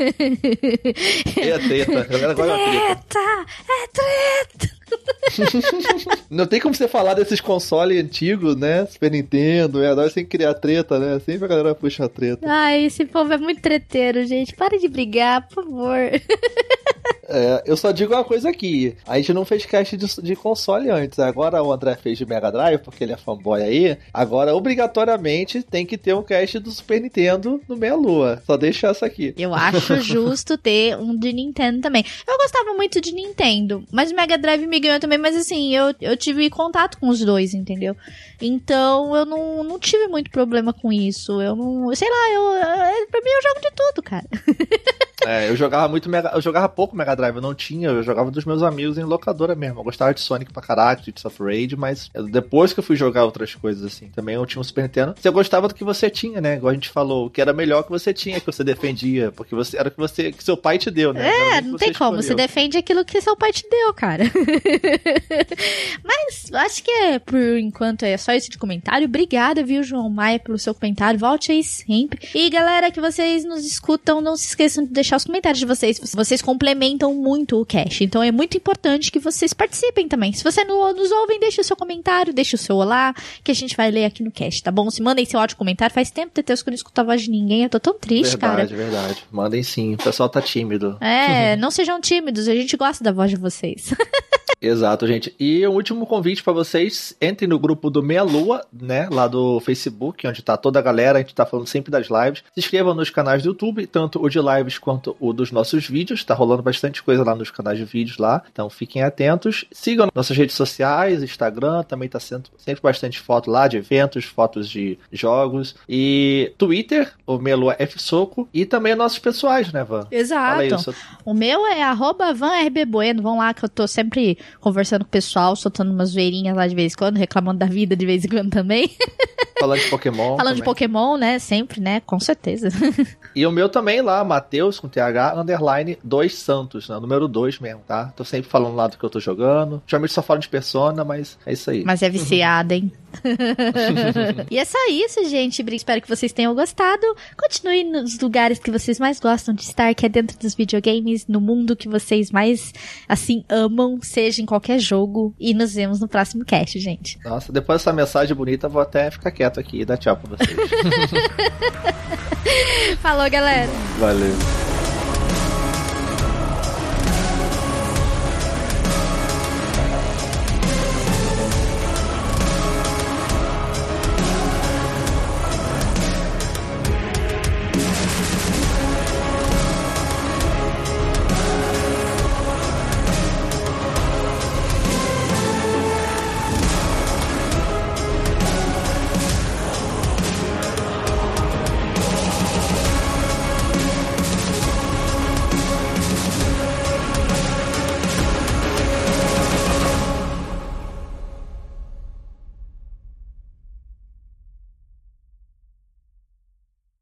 E a treta. Galera, agora é treta. É treta. Não tem como você falar desses consoles antigos, né? Super Nintendo, Mega Drive, sem criar treta, né? Sempre a galera puxa a treta. Ai, esse povo é muito treteiro, gente. Para de brigar, por favor. É, eu só digo uma coisa aqui. A gente não fez cast de console antes. Agora o André fez de Mega Drive, porque ele é fanboy aí. Agora, obrigatoriamente, tem que ter um cast do Super Nintendo no Meia Lua. Só deixa essa aqui. Eu acho justo ter um de Nintendo também. Eu gostava muito de Nintendo, mas o Mega Drive me ganhou também. Mas assim, eu tive contato com os dois, entendeu? Então, eu não tive muito problema com isso. Eu não... Sei lá, pra mim eu jogo de tudo, cara. É, eu jogava pouco Mega Drive, eu não tinha, eu jogava dos meus amigos em locadora mesmo. Eu gostava de Sonic pra caralho, de Streets of Rage, mas depois que eu fui jogar outras coisas assim, também eu tinha um Super Nintendo. Você gostava do que você tinha, né? Igual a gente falou, o que era melhor que você tinha, que você defendia, porque era o que seu pai te deu, né? É, não tem como, você defende aquilo que seu pai te deu, cara. Mas acho que por enquanto é só isso de comentário. Obrigada, viu, João Maia, pelo seu comentário. Volte aí sempre. E galera, que vocês nos escutam, não se esqueçam de deixar os comentários de vocês. Vocês complementam muito o cast. Então é muito importante que vocês participem também. Se você não nos ouvem, deixa o seu comentário, deixa o seu olá, que a gente vai ler aqui no cast, tá bom? Se mandem seu áudio comentário. Faz tempo, Teteus, que eu não escuto a voz de ninguém. Eu tô tão triste, cara. Verdade. Mandem sim. O pessoal tá tímido. É, não sejam tímidos. A gente gosta da voz de vocês. Exato, gente. E o último convite pra vocês, entrem no grupo do Meia Lua, né, lá do Facebook, onde tá toda a galera, a gente tá falando sempre das lives. Se inscrevam nos canais do YouTube, tanto o de lives quanto o dos nossos vídeos, tá rolando bastante coisa lá nos canais de vídeos lá, então fiquem atentos. Sigam nossas redes sociais, Instagram, também tá sendo sempre bastante foto lá de eventos, fotos de jogos, e Twitter, o Meia Lua F-Soco, e também nossos pessoais, né, Van? Exato. Fala aí, o meu é @VanRBBueno, vão lá que eu tô sempre conversando com o pessoal, soltando umas zoeirinhas lá de vez em quando, reclamando da vida de vez em quando também. Falando de Pokémon. Falando de Pokémon, né? Sempre, né? Com certeza. E o meu também lá, Matheus, com TH, _2 Santos, né? Número 2 mesmo, tá? Tô sempre falando lá do que eu tô jogando. Geralmente só falo de Persona, mas é isso aí. Mas é viciada, hein? E é só isso, gente. Espero que vocês tenham gostado. Continue nos lugares que vocês mais gostam de estar, que é dentro dos videogames, no mundo que vocês mais, assim, amam, seja em qualquer jogo. E nos vemos no próximo cast, gente. Nossa, depois dessa mensagem bonita, vou até ficar quieto aqui e dar tchau pra vocês. Falou, galera. Valeu.